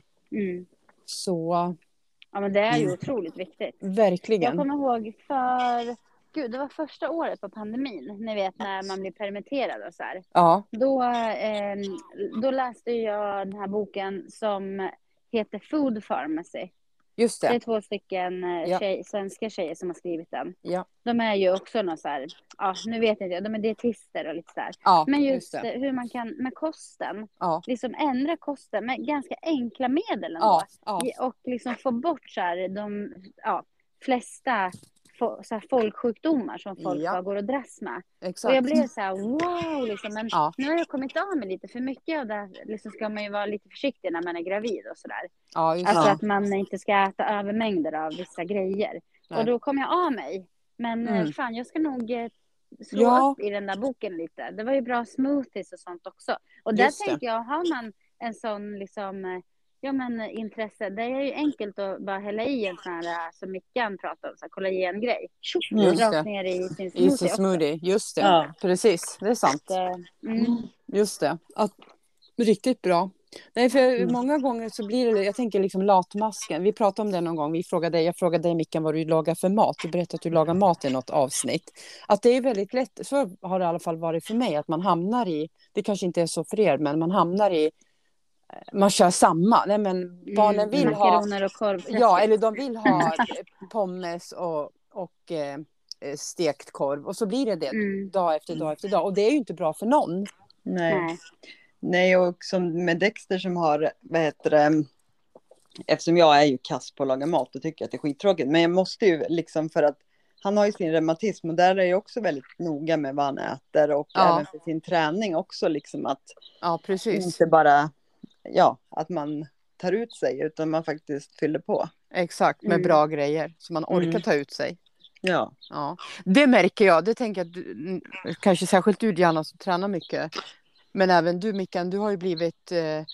Speaker 2: Mm.
Speaker 1: Så...
Speaker 2: Ja, men det är ju mm. otroligt viktigt.
Speaker 1: Verkligen.
Speaker 2: Jag kommer ihåg för... Gud, det var första året på pandemin. Ni vet, när man blir permitterad och så här.
Speaker 1: Ja.
Speaker 2: Då, eh, då läste jag den här boken som heter Food Pharmacy.
Speaker 1: Just det.
Speaker 2: Det är två stycken
Speaker 1: ja.
Speaker 2: tjej, svenska tjejer som har skrivit den.
Speaker 1: Ja.
Speaker 2: De är ju också någon så här, ja, nu vet jag inte, de är dietister och lite så här.
Speaker 1: Ja,
Speaker 2: men just,
Speaker 1: just
Speaker 2: hur man kan med kosten,
Speaker 1: ja.
Speaker 2: liksom ändra kosten med ganska enkla medel ändå.
Speaker 1: Ja, ja.
Speaker 2: Och liksom få bort så här, de ja, flesta så här folksjukdomar som folk ja. går och dras med.
Speaker 1: Exakt.
Speaker 2: Och jag blev så här, wow, liksom. Men
Speaker 1: ja.
Speaker 2: nu har jag kommit av mig lite för mycket av det. Liksom ska man ju vara lite försiktig när man är gravid och sådär.
Speaker 1: Ja, just
Speaker 2: alltså
Speaker 1: det.
Speaker 2: att man inte ska äta övermängder av vissa grejer. Nej. Och då kom jag av mig. Men mm. fan, jag ska nog slå ja. upp i den där boken lite. Det var ju bra smoothies och sånt också. Och där
Speaker 1: just
Speaker 2: tänkte
Speaker 1: det.
Speaker 2: jag, har man en sån liksom... Ja, men intresse. Det är ju enkelt att bara hälla i en sån här, som Mickan pratar om, så här kollagengrej. Rakt ner i sin smoothie.
Speaker 1: I sin smoothie, just det. Ja. Precis, det är sant.
Speaker 2: Mm.
Speaker 1: Just det. Att, riktigt bra. Nej, för mm. många gånger så blir det, jag tänker liksom latmasken. Vi pratade om det någon gång. Vi frågade, jag frågade dig, Mickan, vad du lagar för mat. Du berättade att du lagar mat i något avsnitt. Att det är väldigt lätt, så har det i alla fall varit för mig, att man hamnar i, det kanske inte är så för er, men man hamnar i man kör samma. Nej, men barnen vill
Speaker 2: mm,
Speaker 1: ha
Speaker 2: och korv.
Speaker 1: Ja, eller de vill ha pommes och, och eh, stekt korv. Och så blir det det mm. dag efter dag efter dag. Och det är ju inte bra för någon.
Speaker 3: Nej. Nej, Nej och som med Dexter som har, vad heter det, eftersom jag är ju kass på att laga mat och tycker att det är skittråkigt. Men jag måste ju liksom, för att han har ju sin reumatism och där är jag också väldigt noga med vad han äter. Och
Speaker 1: Ja.
Speaker 3: även för sin träning också liksom att
Speaker 1: Ja, precis.
Speaker 3: inte bara, ja, att man tar ut sig utan man faktiskt fyller på.
Speaker 1: Exakt, med
Speaker 2: Mm.
Speaker 1: bra grejer så man orkar
Speaker 3: Mm.
Speaker 1: ta ut sig.
Speaker 3: Ja.
Speaker 1: Ja, det märker jag. Det tänker jag att du, kanske särskilt du Diana som tränar mycket. Men även du Mickan, du har ju blivit eh,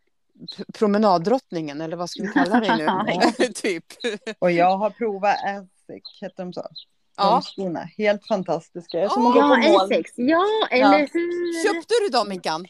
Speaker 1: promenaddrottningen eller vad ska vi kalla dig nu? Typ.
Speaker 3: Och jag har provat Asics, heter de så?
Speaker 1: Ja.
Speaker 3: De skorna, helt fantastiska. Jag är som
Speaker 1: Ja,
Speaker 3: att gå på
Speaker 2: Ja,
Speaker 3: moln.
Speaker 2: Asics. Ja, eller hur?
Speaker 1: Köpte du dem Mickan?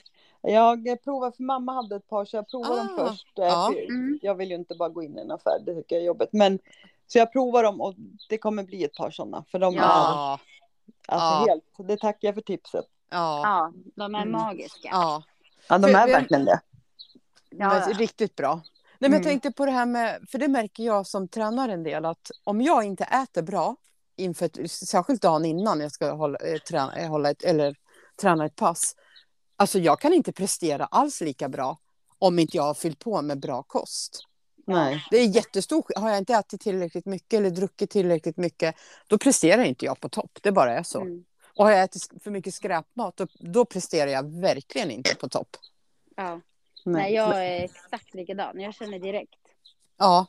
Speaker 3: Jag provade, för mamma hade ett par så jag provade dem
Speaker 1: Ah,
Speaker 3: först. eh,
Speaker 1: ja.
Speaker 3: för
Speaker 2: Mm.
Speaker 3: Jag vill ju inte bara gå in i en affär, det tycker jag är jobbigt. Men, så jag provar dem och det kommer bli ett par sådana. För de är
Speaker 1: Ja,
Speaker 3: alltså
Speaker 1: Ja.
Speaker 3: helt, det tackar jag för tipset.
Speaker 1: ja,
Speaker 2: Ja, de är
Speaker 3: Mm.
Speaker 2: magiska.
Speaker 1: ja.
Speaker 3: Ja, de
Speaker 1: För-
Speaker 3: är
Speaker 1: vi-
Speaker 3: verkligen det.
Speaker 2: Ja,
Speaker 1: Men
Speaker 2: ja.
Speaker 1: riktigt bra. Nej, men jag
Speaker 3: Mm.
Speaker 1: tänkte på det här med, för det märker jag som tränar en del, att om jag inte äter bra, inför ett, särskilt dagen innan jag ska hålla, eh, träna, eh, hålla ett, eller träna ett pass, alltså jag kan inte prestera alls lika bra om inte jag har fyllt på med bra kost.
Speaker 3: Nej.
Speaker 1: Det är jättestor sk- har jag inte ätit tillräckligt mycket eller druckit tillräckligt mycket, då presterar inte jag på topp, det bara är så.
Speaker 2: Mm.
Speaker 1: Och har jag ätit för mycket skräpmat, då, då presterar jag verkligen inte på topp.
Speaker 2: Ja.
Speaker 3: Nej.
Speaker 2: Nej, jag är exakt likadan. Jag känner direkt.
Speaker 1: Ja,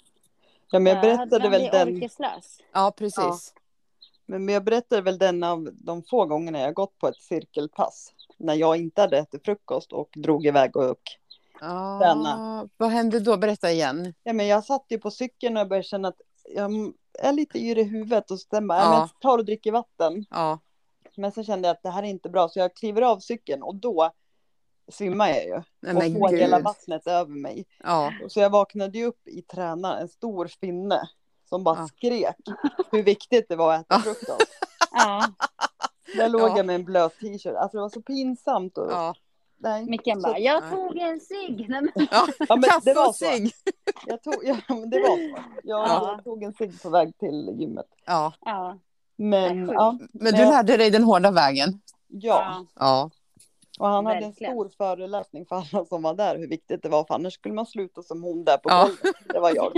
Speaker 3: Ja, men jag
Speaker 2: Jag
Speaker 3: berättade
Speaker 2: man
Speaker 3: väl
Speaker 2: blir
Speaker 3: den.
Speaker 2: orkeslös.
Speaker 1: ja precis.
Speaker 3: Men jag berättade väl den av de få gångerna jag gått på ett cirkelpass. När jag inte hade ätit frukost och drog iväg och
Speaker 1: Ja,
Speaker 3: Träna.
Speaker 1: vad hände då? Berätta igen.
Speaker 3: Ja, men jag satt ju på cykeln och jag började känna att jag är lite yr i huvudet. Och sen bara,
Speaker 1: Ja.
Speaker 3: ja. men jag tar och dricker vatten.
Speaker 1: Ja,
Speaker 3: Men sen kände jag att det här är inte bra. Så jag kliver av cykeln och då svimmar jag ju.
Speaker 1: nej,
Speaker 3: Och
Speaker 1: men
Speaker 3: får hela
Speaker 1: gud.
Speaker 3: vattnet över mig.
Speaker 1: Ja,
Speaker 3: Så jag vaknade ju upp i tränaren, en stor finne. Som bara
Speaker 1: Ja.
Speaker 3: skrek hur viktigt det var att äta
Speaker 1: Ja.
Speaker 3: frukost.
Speaker 2: Ja.
Speaker 3: Där låg
Speaker 1: Ja.
Speaker 3: jag med en blöt t-shirt. Alltså det var så pinsamt. Och,
Speaker 1: ja.
Speaker 3: nej.
Speaker 2: Mickan
Speaker 3: Så-
Speaker 2: bara, jag
Speaker 1: nej.
Speaker 2: tog en cigg. Nej, men-
Speaker 1: Ja.
Speaker 3: Ja, men det
Speaker 1: Kaffe
Speaker 3: var
Speaker 1: och
Speaker 3: så.
Speaker 1: cigg.
Speaker 3: Jag tog, ja, men det var så. Jag,
Speaker 2: Ja.
Speaker 3: jag tog en cigg på väg till gymmet.
Speaker 1: Ja,
Speaker 2: Ja.
Speaker 3: Men
Speaker 2: Nej, sjukt.
Speaker 3: ja,
Speaker 1: men du
Speaker 3: jag-
Speaker 1: lärde dig den hårda vägen.
Speaker 3: ja.
Speaker 1: Ja,
Speaker 3: Och han hade en
Speaker 2: Verkligen.
Speaker 3: stor föreläsning för alla som var där hur viktigt det var. För annars skulle man sluta som hon där på
Speaker 1: Ja.
Speaker 3: golvet. Det var jag.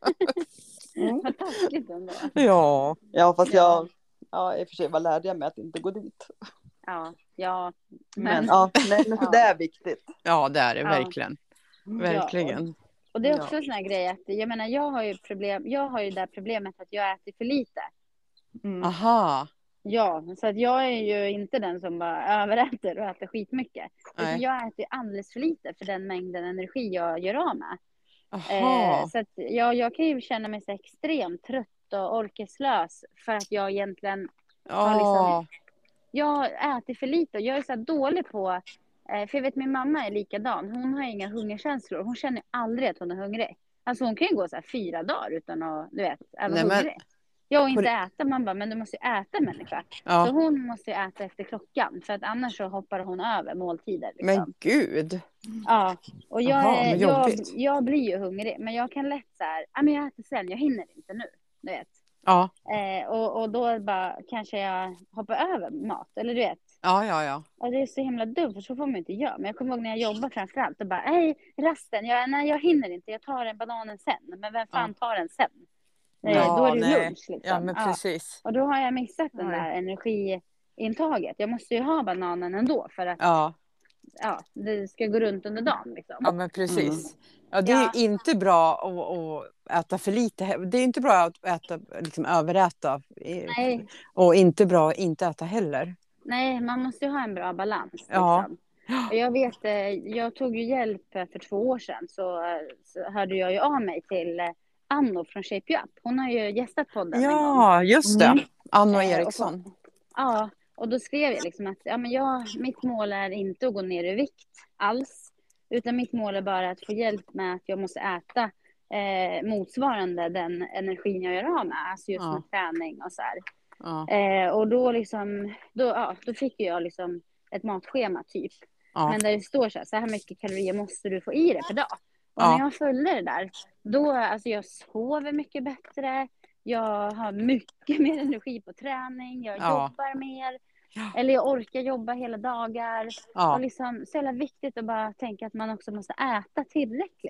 Speaker 3: Mm.
Speaker 2: Vad taskigt ändå.
Speaker 1: ja.
Speaker 3: Ja, fast
Speaker 2: Ja.
Speaker 3: jag, ja, i och för sig vad lärde jag mig att inte gå dit.
Speaker 2: Ja. Ja.
Speaker 3: Men,
Speaker 2: Men,
Speaker 3: ja, nej, men
Speaker 2: Ja.
Speaker 3: det är viktigt.
Speaker 1: Ja, det är det
Speaker 2: Ja.
Speaker 1: verkligen. Verkligen.
Speaker 2: och det är
Speaker 3: Ja.
Speaker 2: också en sån här grej att, jag menar, jag har ju problem, jag har ju det här problemet att jag äter för lite.
Speaker 3: Mm.
Speaker 1: Aha.
Speaker 2: Ja, så att jag är ju inte den som bara överäter och äter skitmycket. Utan
Speaker 1: Nej.
Speaker 2: jag äter alldeles för lite för den mängden energi jag gör av med. Eh,
Speaker 1: Aha.
Speaker 2: så att jag, jag kan ju känna mig så extremt trött och orkeslös för att jag egentligen,
Speaker 1: Ja.
Speaker 2: jag äter för lite och jag är så här dålig på, eh, för jag vet min mamma är likadan. Hon har inga hungerkänslor. Hon känner aldrig att hon är hungrig. Alltså hon kan ju gå så här fyra dagar utan att, du vet, vara
Speaker 1: Nej, men-
Speaker 2: hungrig. Jag och inte
Speaker 1: På
Speaker 2: äta, man bara, men du måste ju äta människa. Så
Speaker 1: Ja.
Speaker 2: hon måste ju äta efter klockan, för att annars så hoppar hon över måltider. Liksom.
Speaker 1: Men gud.
Speaker 2: Ja, och jag,
Speaker 1: Jaha,
Speaker 2: är,
Speaker 1: men
Speaker 2: jag,
Speaker 1: jobbigt.
Speaker 2: jag blir ju hungrig, men jag kan lätt så här, ja men jag äter sen, jag hinner inte nu, du vet.
Speaker 1: Ja.
Speaker 2: Eh, och, och då bara kanske jag hoppar över mat, eller du vet.
Speaker 1: Ja, ja, ja.
Speaker 2: Och det är så himla dumt, för så får man inte göra. Men jag kommer ihåg när jag jobbar framförallt, och bara, hej, rasten, jag, nej jag hinner inte, jag tar en bananen sen. Men vem fan tar den sen? Eh,
Speaker 1: Ja,
Speaker 2: då är det ju
Speaker 1: nej.
Speaker 2: lunch liksom.
Speaker 1: Ja, men
Speaker 2: Ja.
Speaker 1: precis.
Speaker 2: Och då har jag missat den
Speaker 1: Nej.
Speaker 2: där energiintaget. Jag måste ju ha bananen ändå, för att
Speaker 1: Ja.
Speaker 2: ja, det ska gå runt under dagen liksom.
Speaker 1: Ja, men precis. Ja, det är
Speaker 2: Ja.
Speaker 1: ju inte bra att, att äta för lite. he- Det är inte bra att äta, liksom överäta. Eh,
Speaker 2: Nej,
Speaker 1: Och inte bra att inte äta heller.
Speaker 2: nej, man måste ju ha en bra balans.
Speaker 1: Ja.
Speaker 2: Liksom. Och jag vet, eh, jag tog ju hjälp för två år sedan, så, eh, så hörde jag ju av mig till eh, Anno från Shape You Up. Hon har ju gästat podden en gång.
Speaker 1: Ja, just det.
Speaker 3: Mm.
Speaker 1: Anna
Speaker 2: Eh, och
Speaker 1: Eriksson.
Speaker 2: så- Ja, och då skrev jag liksom att ja, men jag, mitt mål är inte att gå ner i vikt alls. Utan mitt mål är bara att få hjälp med att jag måste äta eh, motsvarande den energin jag gör av med. Alltså just
Speaker 1: Ja.
Speaker 2: med träning och så här.
Speaker 1: Ja,
Speaker 2: Eh, och då, liksom, då, ja, då fick jag liksom ett matschema typ.
Speaker 1: ja.
Speaker 2: Men där det står så här, så här mycket kalorier måste du få i dig per dag. Och
Speaker 1: Ja.
Speaker 2: när jag följde det där, då, alltså jag sover mycket bättre. Jag har mycket mer energi på träning. Jag
Speaker 1: Ja.
Speaker 2: jobbar mer. Eller jag orkar jobba hela dagar.
Speaker 1: Ja.
Speaker 2: Och liksom, så jävla viktigt att bara tänka att man också måste äta tillräckligt.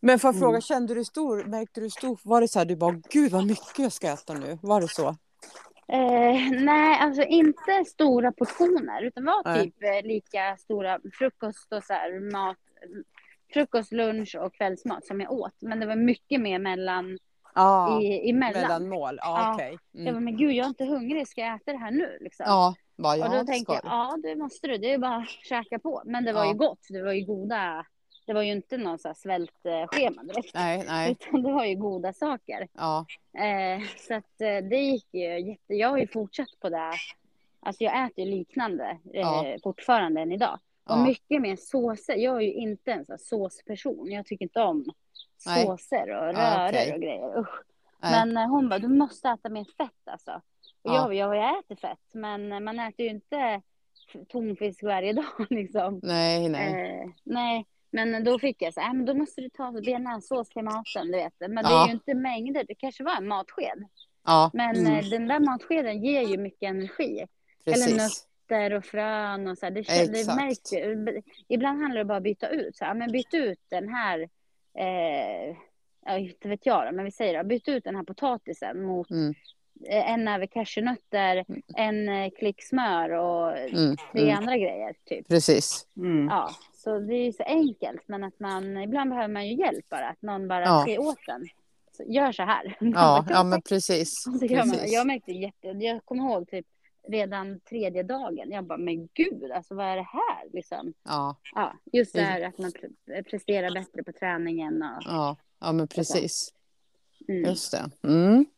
Speaker 1: Men för att fråga,
Speaker 3: Mm.
Speaker 1: kände du stor, märkte du stor, var det så här, du bara, gud vad mycket jag ska äta nu, var det så?
Speaker 2: Eh, nej, alltså inte stora portioner, utan var
Speaker 1: Nej.
Speaker 2: typ eh, lika stora frukost och så här, mat, frukost, lunch och kvällsmat som jag åt. Men det var mycket mer mellan,
Speaker 1: Ja,
Speaker 2: i, emellan.
Speaker 1: mellanmål, ja,
Speaker 2: Ja.
Speaker 1: okej.
Speaker 2: Jag
Speaker 1: Mm.
Speaker 2: var, men gud, jag är inte hungrig, ska jag äta det här nu? Liksom.
Speaker 1: Ja, bara,
Speaker 2: och
Speaker 1: ja,
Speaker 2: då
Speaker 1: det
Speaker 2: tänkte
Speaker 1: ska
Speaker 2: jag,
Speaker 1: du.
Speaker 2: ja det måste du, det är bara att käka på. Men det var
Speaker 1: Ja.
Speaker 2: ju gott, det var ju goda, det var ju inte någon så här svältschema direkt.
Speaker 1: Nej, nej,
Speaker 2: Utan det var ju goda saker.
Speaker 1: ja,
Speaker 2: Eh, så att eh, det gick ju jätte, jag har ju fortsatt på det. Alltså jag äter ju liknande eh,
Speaker 1: Ja.
Speaker 2: fortfarande än idag. Och
Speaker 1: Ja.
Speaker 2: mycket mer såser. Jag är ju inte en sån här såsperson. Jag tycker inte om
Speaker 1: Nej.
Speaker 2: såser och
Speaker 1: Ja,
Speaker 2: röror
Speaker 1: okej.
Speaker 2: och grejer. Usch.
Speaker 1: nej.
Speaker 2: Men eh, hon bara, du måste äta mer fett alltså. Och
Speaker 1: Ja.
Speaker 2: jag, jag, jag äter fett. Men eh, man äter ju inte tonfisk varje dag liksom.
Speaker 1: Nej, nej.
Speaker 2: Eh, nej. Men då fick jag så här, äh, men då måste du ta bearnaisesås till maten, du vet. Men det
Speaker 1: Ja.
Speaker 2: är ju inte mängder, det kanske var en matsked.
Speaker 1: Ja,
Speaker 2: Men
Speaker 3: Mm.
Speaker 2: eh, den där matskeden ger ju mycket energi. Eller
Speaker 1: precis.
Speaker 2: nötter och frön och så här. Det, kän- det
Speaker 1: Exakt.
Speaker 2: märks ju. Ibland handlar det bara om att byta ut. Så här, men byt ut den här, eh, ja, inte vet jag då, men vi säger då, byt ut den här potatisen mot
Speaker 1: Mm.
Speaker 2: eh, en näve cashewnötter, en eh, klick smör och
Speaker 1: Mm.
Speaker 2: tre
Speaker 1: Mm.
Speaker 2: andra grejer typ.
Speaker 1: Precis.
Speaker 3: Mm.
Speaker 2: Ja, så det är ju så enkelt, men att man, ibland behöver man ju hjälp bara, att någon bara
Speaker 1: Ja.
Speaker 2: säger åt en. Så, gör så här. Man
Speaker 1: Ja,
Speaker 2: bara,
Speaker 1: ja men precis.
Speaker 2: och så gör man.
Speaker 1: precis.
Speaker 2: Jag märkte jätte, jag kommer ihåg typ redan tredje dagen, jag bara, men gud, alltså vad är det här liksom?
Speaker 1: Ja,
Speaker 2: Ja, just det här att man pre- presterar bättre på träningen och,
Speaker 1: ja, ja men precis.
Speaker 2: mm.
Speaker 1: Just det. Mm.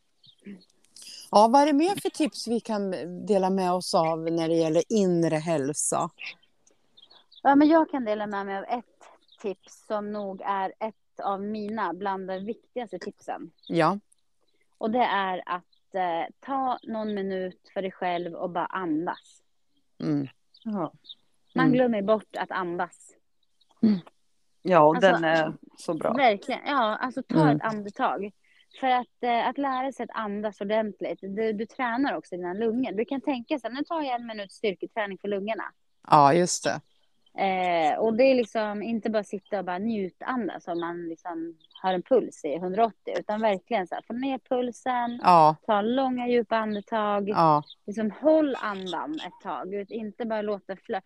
Speaker 1: Ja, vad är det mer för tips vi kan dela med oss av när det gäller inre hälsa?
Speaker 2: Ja, men jag kan dela med mig av ett tips som nog är ett av mina bland de viktigaste tipsen.
Speaker 1: Ja.
Speaker 2: Och det är att eh, ta någon minut för dig själv och bara andas.
Speaker 1: Mm.
Speaker 3: Ja.
Speaker 2: Man
Speaker 1: Mm.
Speaker 2: glömmer bort att andas.
Speaker 3: Ja,
Speaker 2: Alltså,
Speaker 3: den är så bra.
Speaker 2: Verkligen, ja, alltså ta
Speaker 1: Mm.
Speaker 2: ett andetag. För att, eh, att lära sig att andas ordentligt, du, du tränar också dina lungor. Du kan tänka sig, nu tar jag en minut styrketräning för lungorna.
Speaker 1: Ja, just det.
Speaker 2: Eh, och det är liksom inte bara sitta och bara njutandas om man liksom har en puls i hundraåttio, utan verkligen så här, få ner pulsen,
Speaker 1: Ja,
Speaker 2: ta långa djupa andetag,
Speaker 1: ja,
Speaker 2: liksom håll andan ett tag, ut, inte bara låta flö,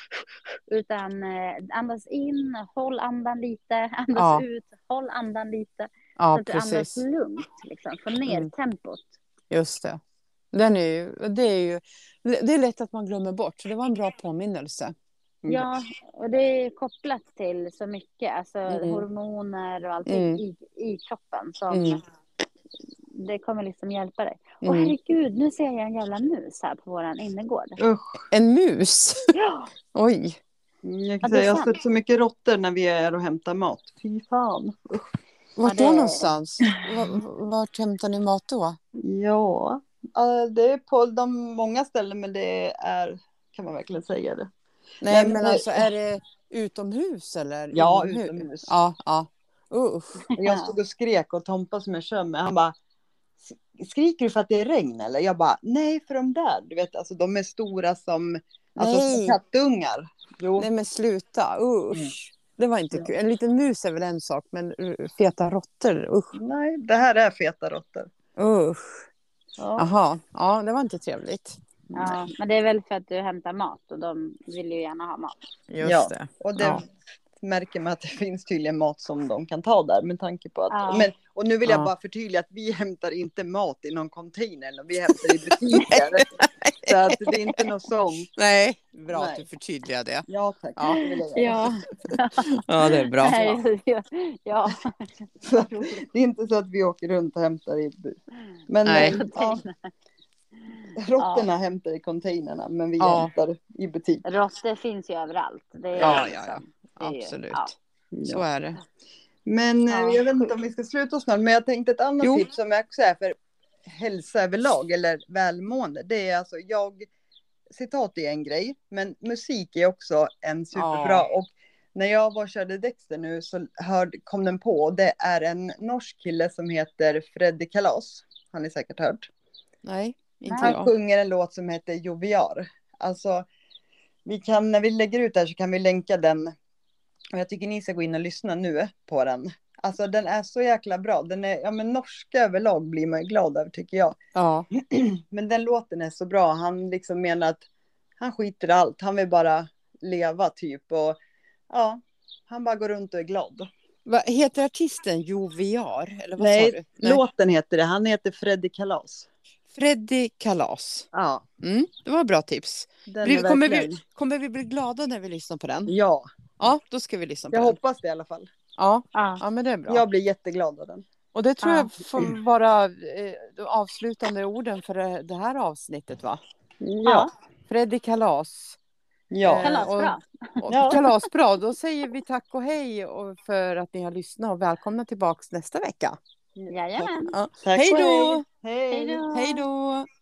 Speaker 2: utan eh, andas in, håll andan lite, andas
Speaker 1: Ja.
Speaker 2: ut, håll andan lite, så
Speaker 1: ja
Speaker 2: att du andas
Speaker 1: precis.
Speaker 2: lugnt, liksom, få ner
Speaker 1: Mm.
Speaker 2: tempot.
Speaker 1: Just det. Den är ju, det är ju, det är lätt att man glömmer bort. Så det var en bra påminnelse.
Speaker 2: Ja, och det är kopplat till så mycket, alltså
Speaker 1: Mm.
Speaker 2: hormoner och allting
Speaker 1: Mm.
Speaker 2: i, i kroppen som
Speaker 1: Mm.
Speaker 2: det kommer liksom hjälpa dig. Och
Speaker 1: Mm.
Speaker 2: herregud, nu ser jag en jävla mus här på våran innergård.
Speaker 3: Usch.
Speaker 1: En mus.
Speaker 2: Ja,
Speaker 1: Oj.
Speaker 3: Jag,
Speaker 2: Ja,
Speaker 3: kan
Speaker 2: det är
Speaker 3: säga, jag har
Speaker 2: sant.
Speaker 3: sett så mycket råttor när vi är och hämtar mat. Fy fan.
Speaker 1: Vart
Speaker 2: Ja,
Speaker 1: då
Speaker 2: det-
Speaker 1: någonstans? Var- Vart hämtar ni mat då?
Speaker 3: Ja, äh, det är på de många ställen, men det är, kan man verkligen säga det?
Speaker 1: Nej,
Speaker 3: Nej, men
Speaker 1: men
Speaker 3: det-
Speaker 1: alltså är det utomhus eller
Speaker 3: Ja,
Speaker 1: inomhus?
Speaker 3: utomhus.
Speaker 1: Ja, ja. Usch.
Speaker 3: Och jag stod och skrek och Tompa som jag kör med, han bara, skriker du för att det är regn eller? Jag bara, nej för de där, du vet, alltså de är stora som, alltså
Speaker 1: Nej.
Speaker 3: som kattungar. Jo.
Speaker 1: Nej men sluta, usch.
Speaker 3: Mm.
Speaker 1: Det var inte kul. En liten mus är väl en sak, men uh, feta råttor, usch.
Speaker 3: Nej, det här är feta råttor.
Speaker 1: Usch.
Speaker 3: Ja.
Speaker 1: Jaha, ja det var inte trevligt.
Speaker 2: ja, men det är väl för att du hämtar mat och de vill ju gärna ha mat.
Speaker 1: Just
Speaker 3: Ja,
Speaker 1: det.
Speaker 3: Och det
Speaker 1: Ja.
Speaker 3: märker man att det finns tydligen mat som de kan ta där med tanke på att,
Speaker 2: Ja.
Speaker 3: men, och nu vill jag
Speaker 1: Ja.
Speaker 3: bara förtydliga att vi hämtar inte mat i någon container, vi hämtar i butiker. Så att det är inte något sånt.
Speaker 1: Nej, bra
Speaker 3: Nej.
Speaker 1: att du förtydligar det.
Speaker 3: Ja tack.
Speaker 1: Ja.
Speaker 3: Det vill jag göra.
Speaker 2: Ja,
Speaker 1: Ja, det är bra.
Speaker 2: Nej, ja. ja.
Speaker 3: Så det är inte så att vi åker runt och hämtar i bu- Men
Speaker 1: Nej.
Speaker 3: eh, ja, råttorna hämtar i containerna, men vi
Speaker 1: Ja.
Speaker 3: hämtar i butik.
Speaker 2: Råttor finns ju överallt. Det är
Speaker 1: Ja,
Speaker 2: liksom-
Speaker 1: ja,
Speaker 2: det är ju-
Speaker 1: Absolut.
Speaker 2: ja.
Speaker 1: Så
Speaker 3: Ja.
Speaker 1: är det.
Speaker 3: Men eh,
Speaker 2: Ja,
Speaker 3: jag vet inte om vi ska sluta snart, men jag tänkte ett annat
Speaker 1: Jo.
Speaker 3: tips som jag också är för hälsa överlag eller välmående. Det är alltså jag, citat är en grej, men musik är också en superbra.
Speaker 1: Ja.
Speaker 3: Och när jag var och körde Dexter nu så hörde, kom den på, och det är en norsk kille som heter Freddy Kalas. Har ni säkert hört.
Speaker 1: Nej, inte
Speaker 2: Nej.
Speaker 3: Han
Speaker 1: jag.
Speaker 3: sjunger en låt som heter Joviar. Alltså, vi kan, när vi lägger ut det här så kan vi länka den. Och jag tycker ni ska gå in och lyssna nu på den. Alltså den är så jäkla bra. Den är, ja men norska överlag blir man ju glad över tycker jag.
Speaker 1: Ja.
Speaker 3: Men den låten är så bra. Han liksom menar att han skiter i allt. Han vill bara leva typ. Och ja, han bara går runt och är glad.
Speaker 1: Vad heter artisten? Joviar? Eller vad
Speaker 3: Nej,
Speaker 1: sa du? Nej,
Speaker 3: låten heter det. Han heter Freddy Kalas.
Speaker 1: Freddy Kalas.
Speaker 3: Ja,
Speaker 1: Mm, det var bra tips.
Speaker 3: den
Speaker 1: Blir,
Speaker 3: är
Speaker 1: kommer,
Speaker 3: verkligen...
Speaker 1: vi, kommer vi bli glada när vi lyssnar på den?
Speaker 3: Ja,
Speaker 1: Ja, då ska vi lyssna på
Speaker 3: jag
Speaker 1: den.
Speaker 3: hoppas det i alla fall.
Speaker 1: Ja,
Speaker 2: Ja.
Speaker 1: ja, men det är bra.
Speaker 3: Jag blir jätteglad av den.
Speaker 1: Och det tror
Speaker 2: Ja.
Speaker 1: jag får vara eh, de avslutande orden för det, det här avsnittet, va?
Speaker 3: Ja,
Speaker 1: Freddy Kalas.
Speaker 3: ja.
Speaker 1: Eh,
Speaker 2: Kalasbra.
Speaker 1: Och, och
Speaker 3: Ja.
Speaker 1: kalasbra. Då säger vi tack och hej och för att ni har lyssnat och välkomna tillbaks nästa vecka.
Speaker 2: Jajamän.
Speaker 1: Ja.
Speaker 3: Tack
Speaker 1: Hej
Speaker 3: och
Speaker 1: då!
Speaker 3: hej.
Speaker 2: Hej då.
Speaker 1: Hej då!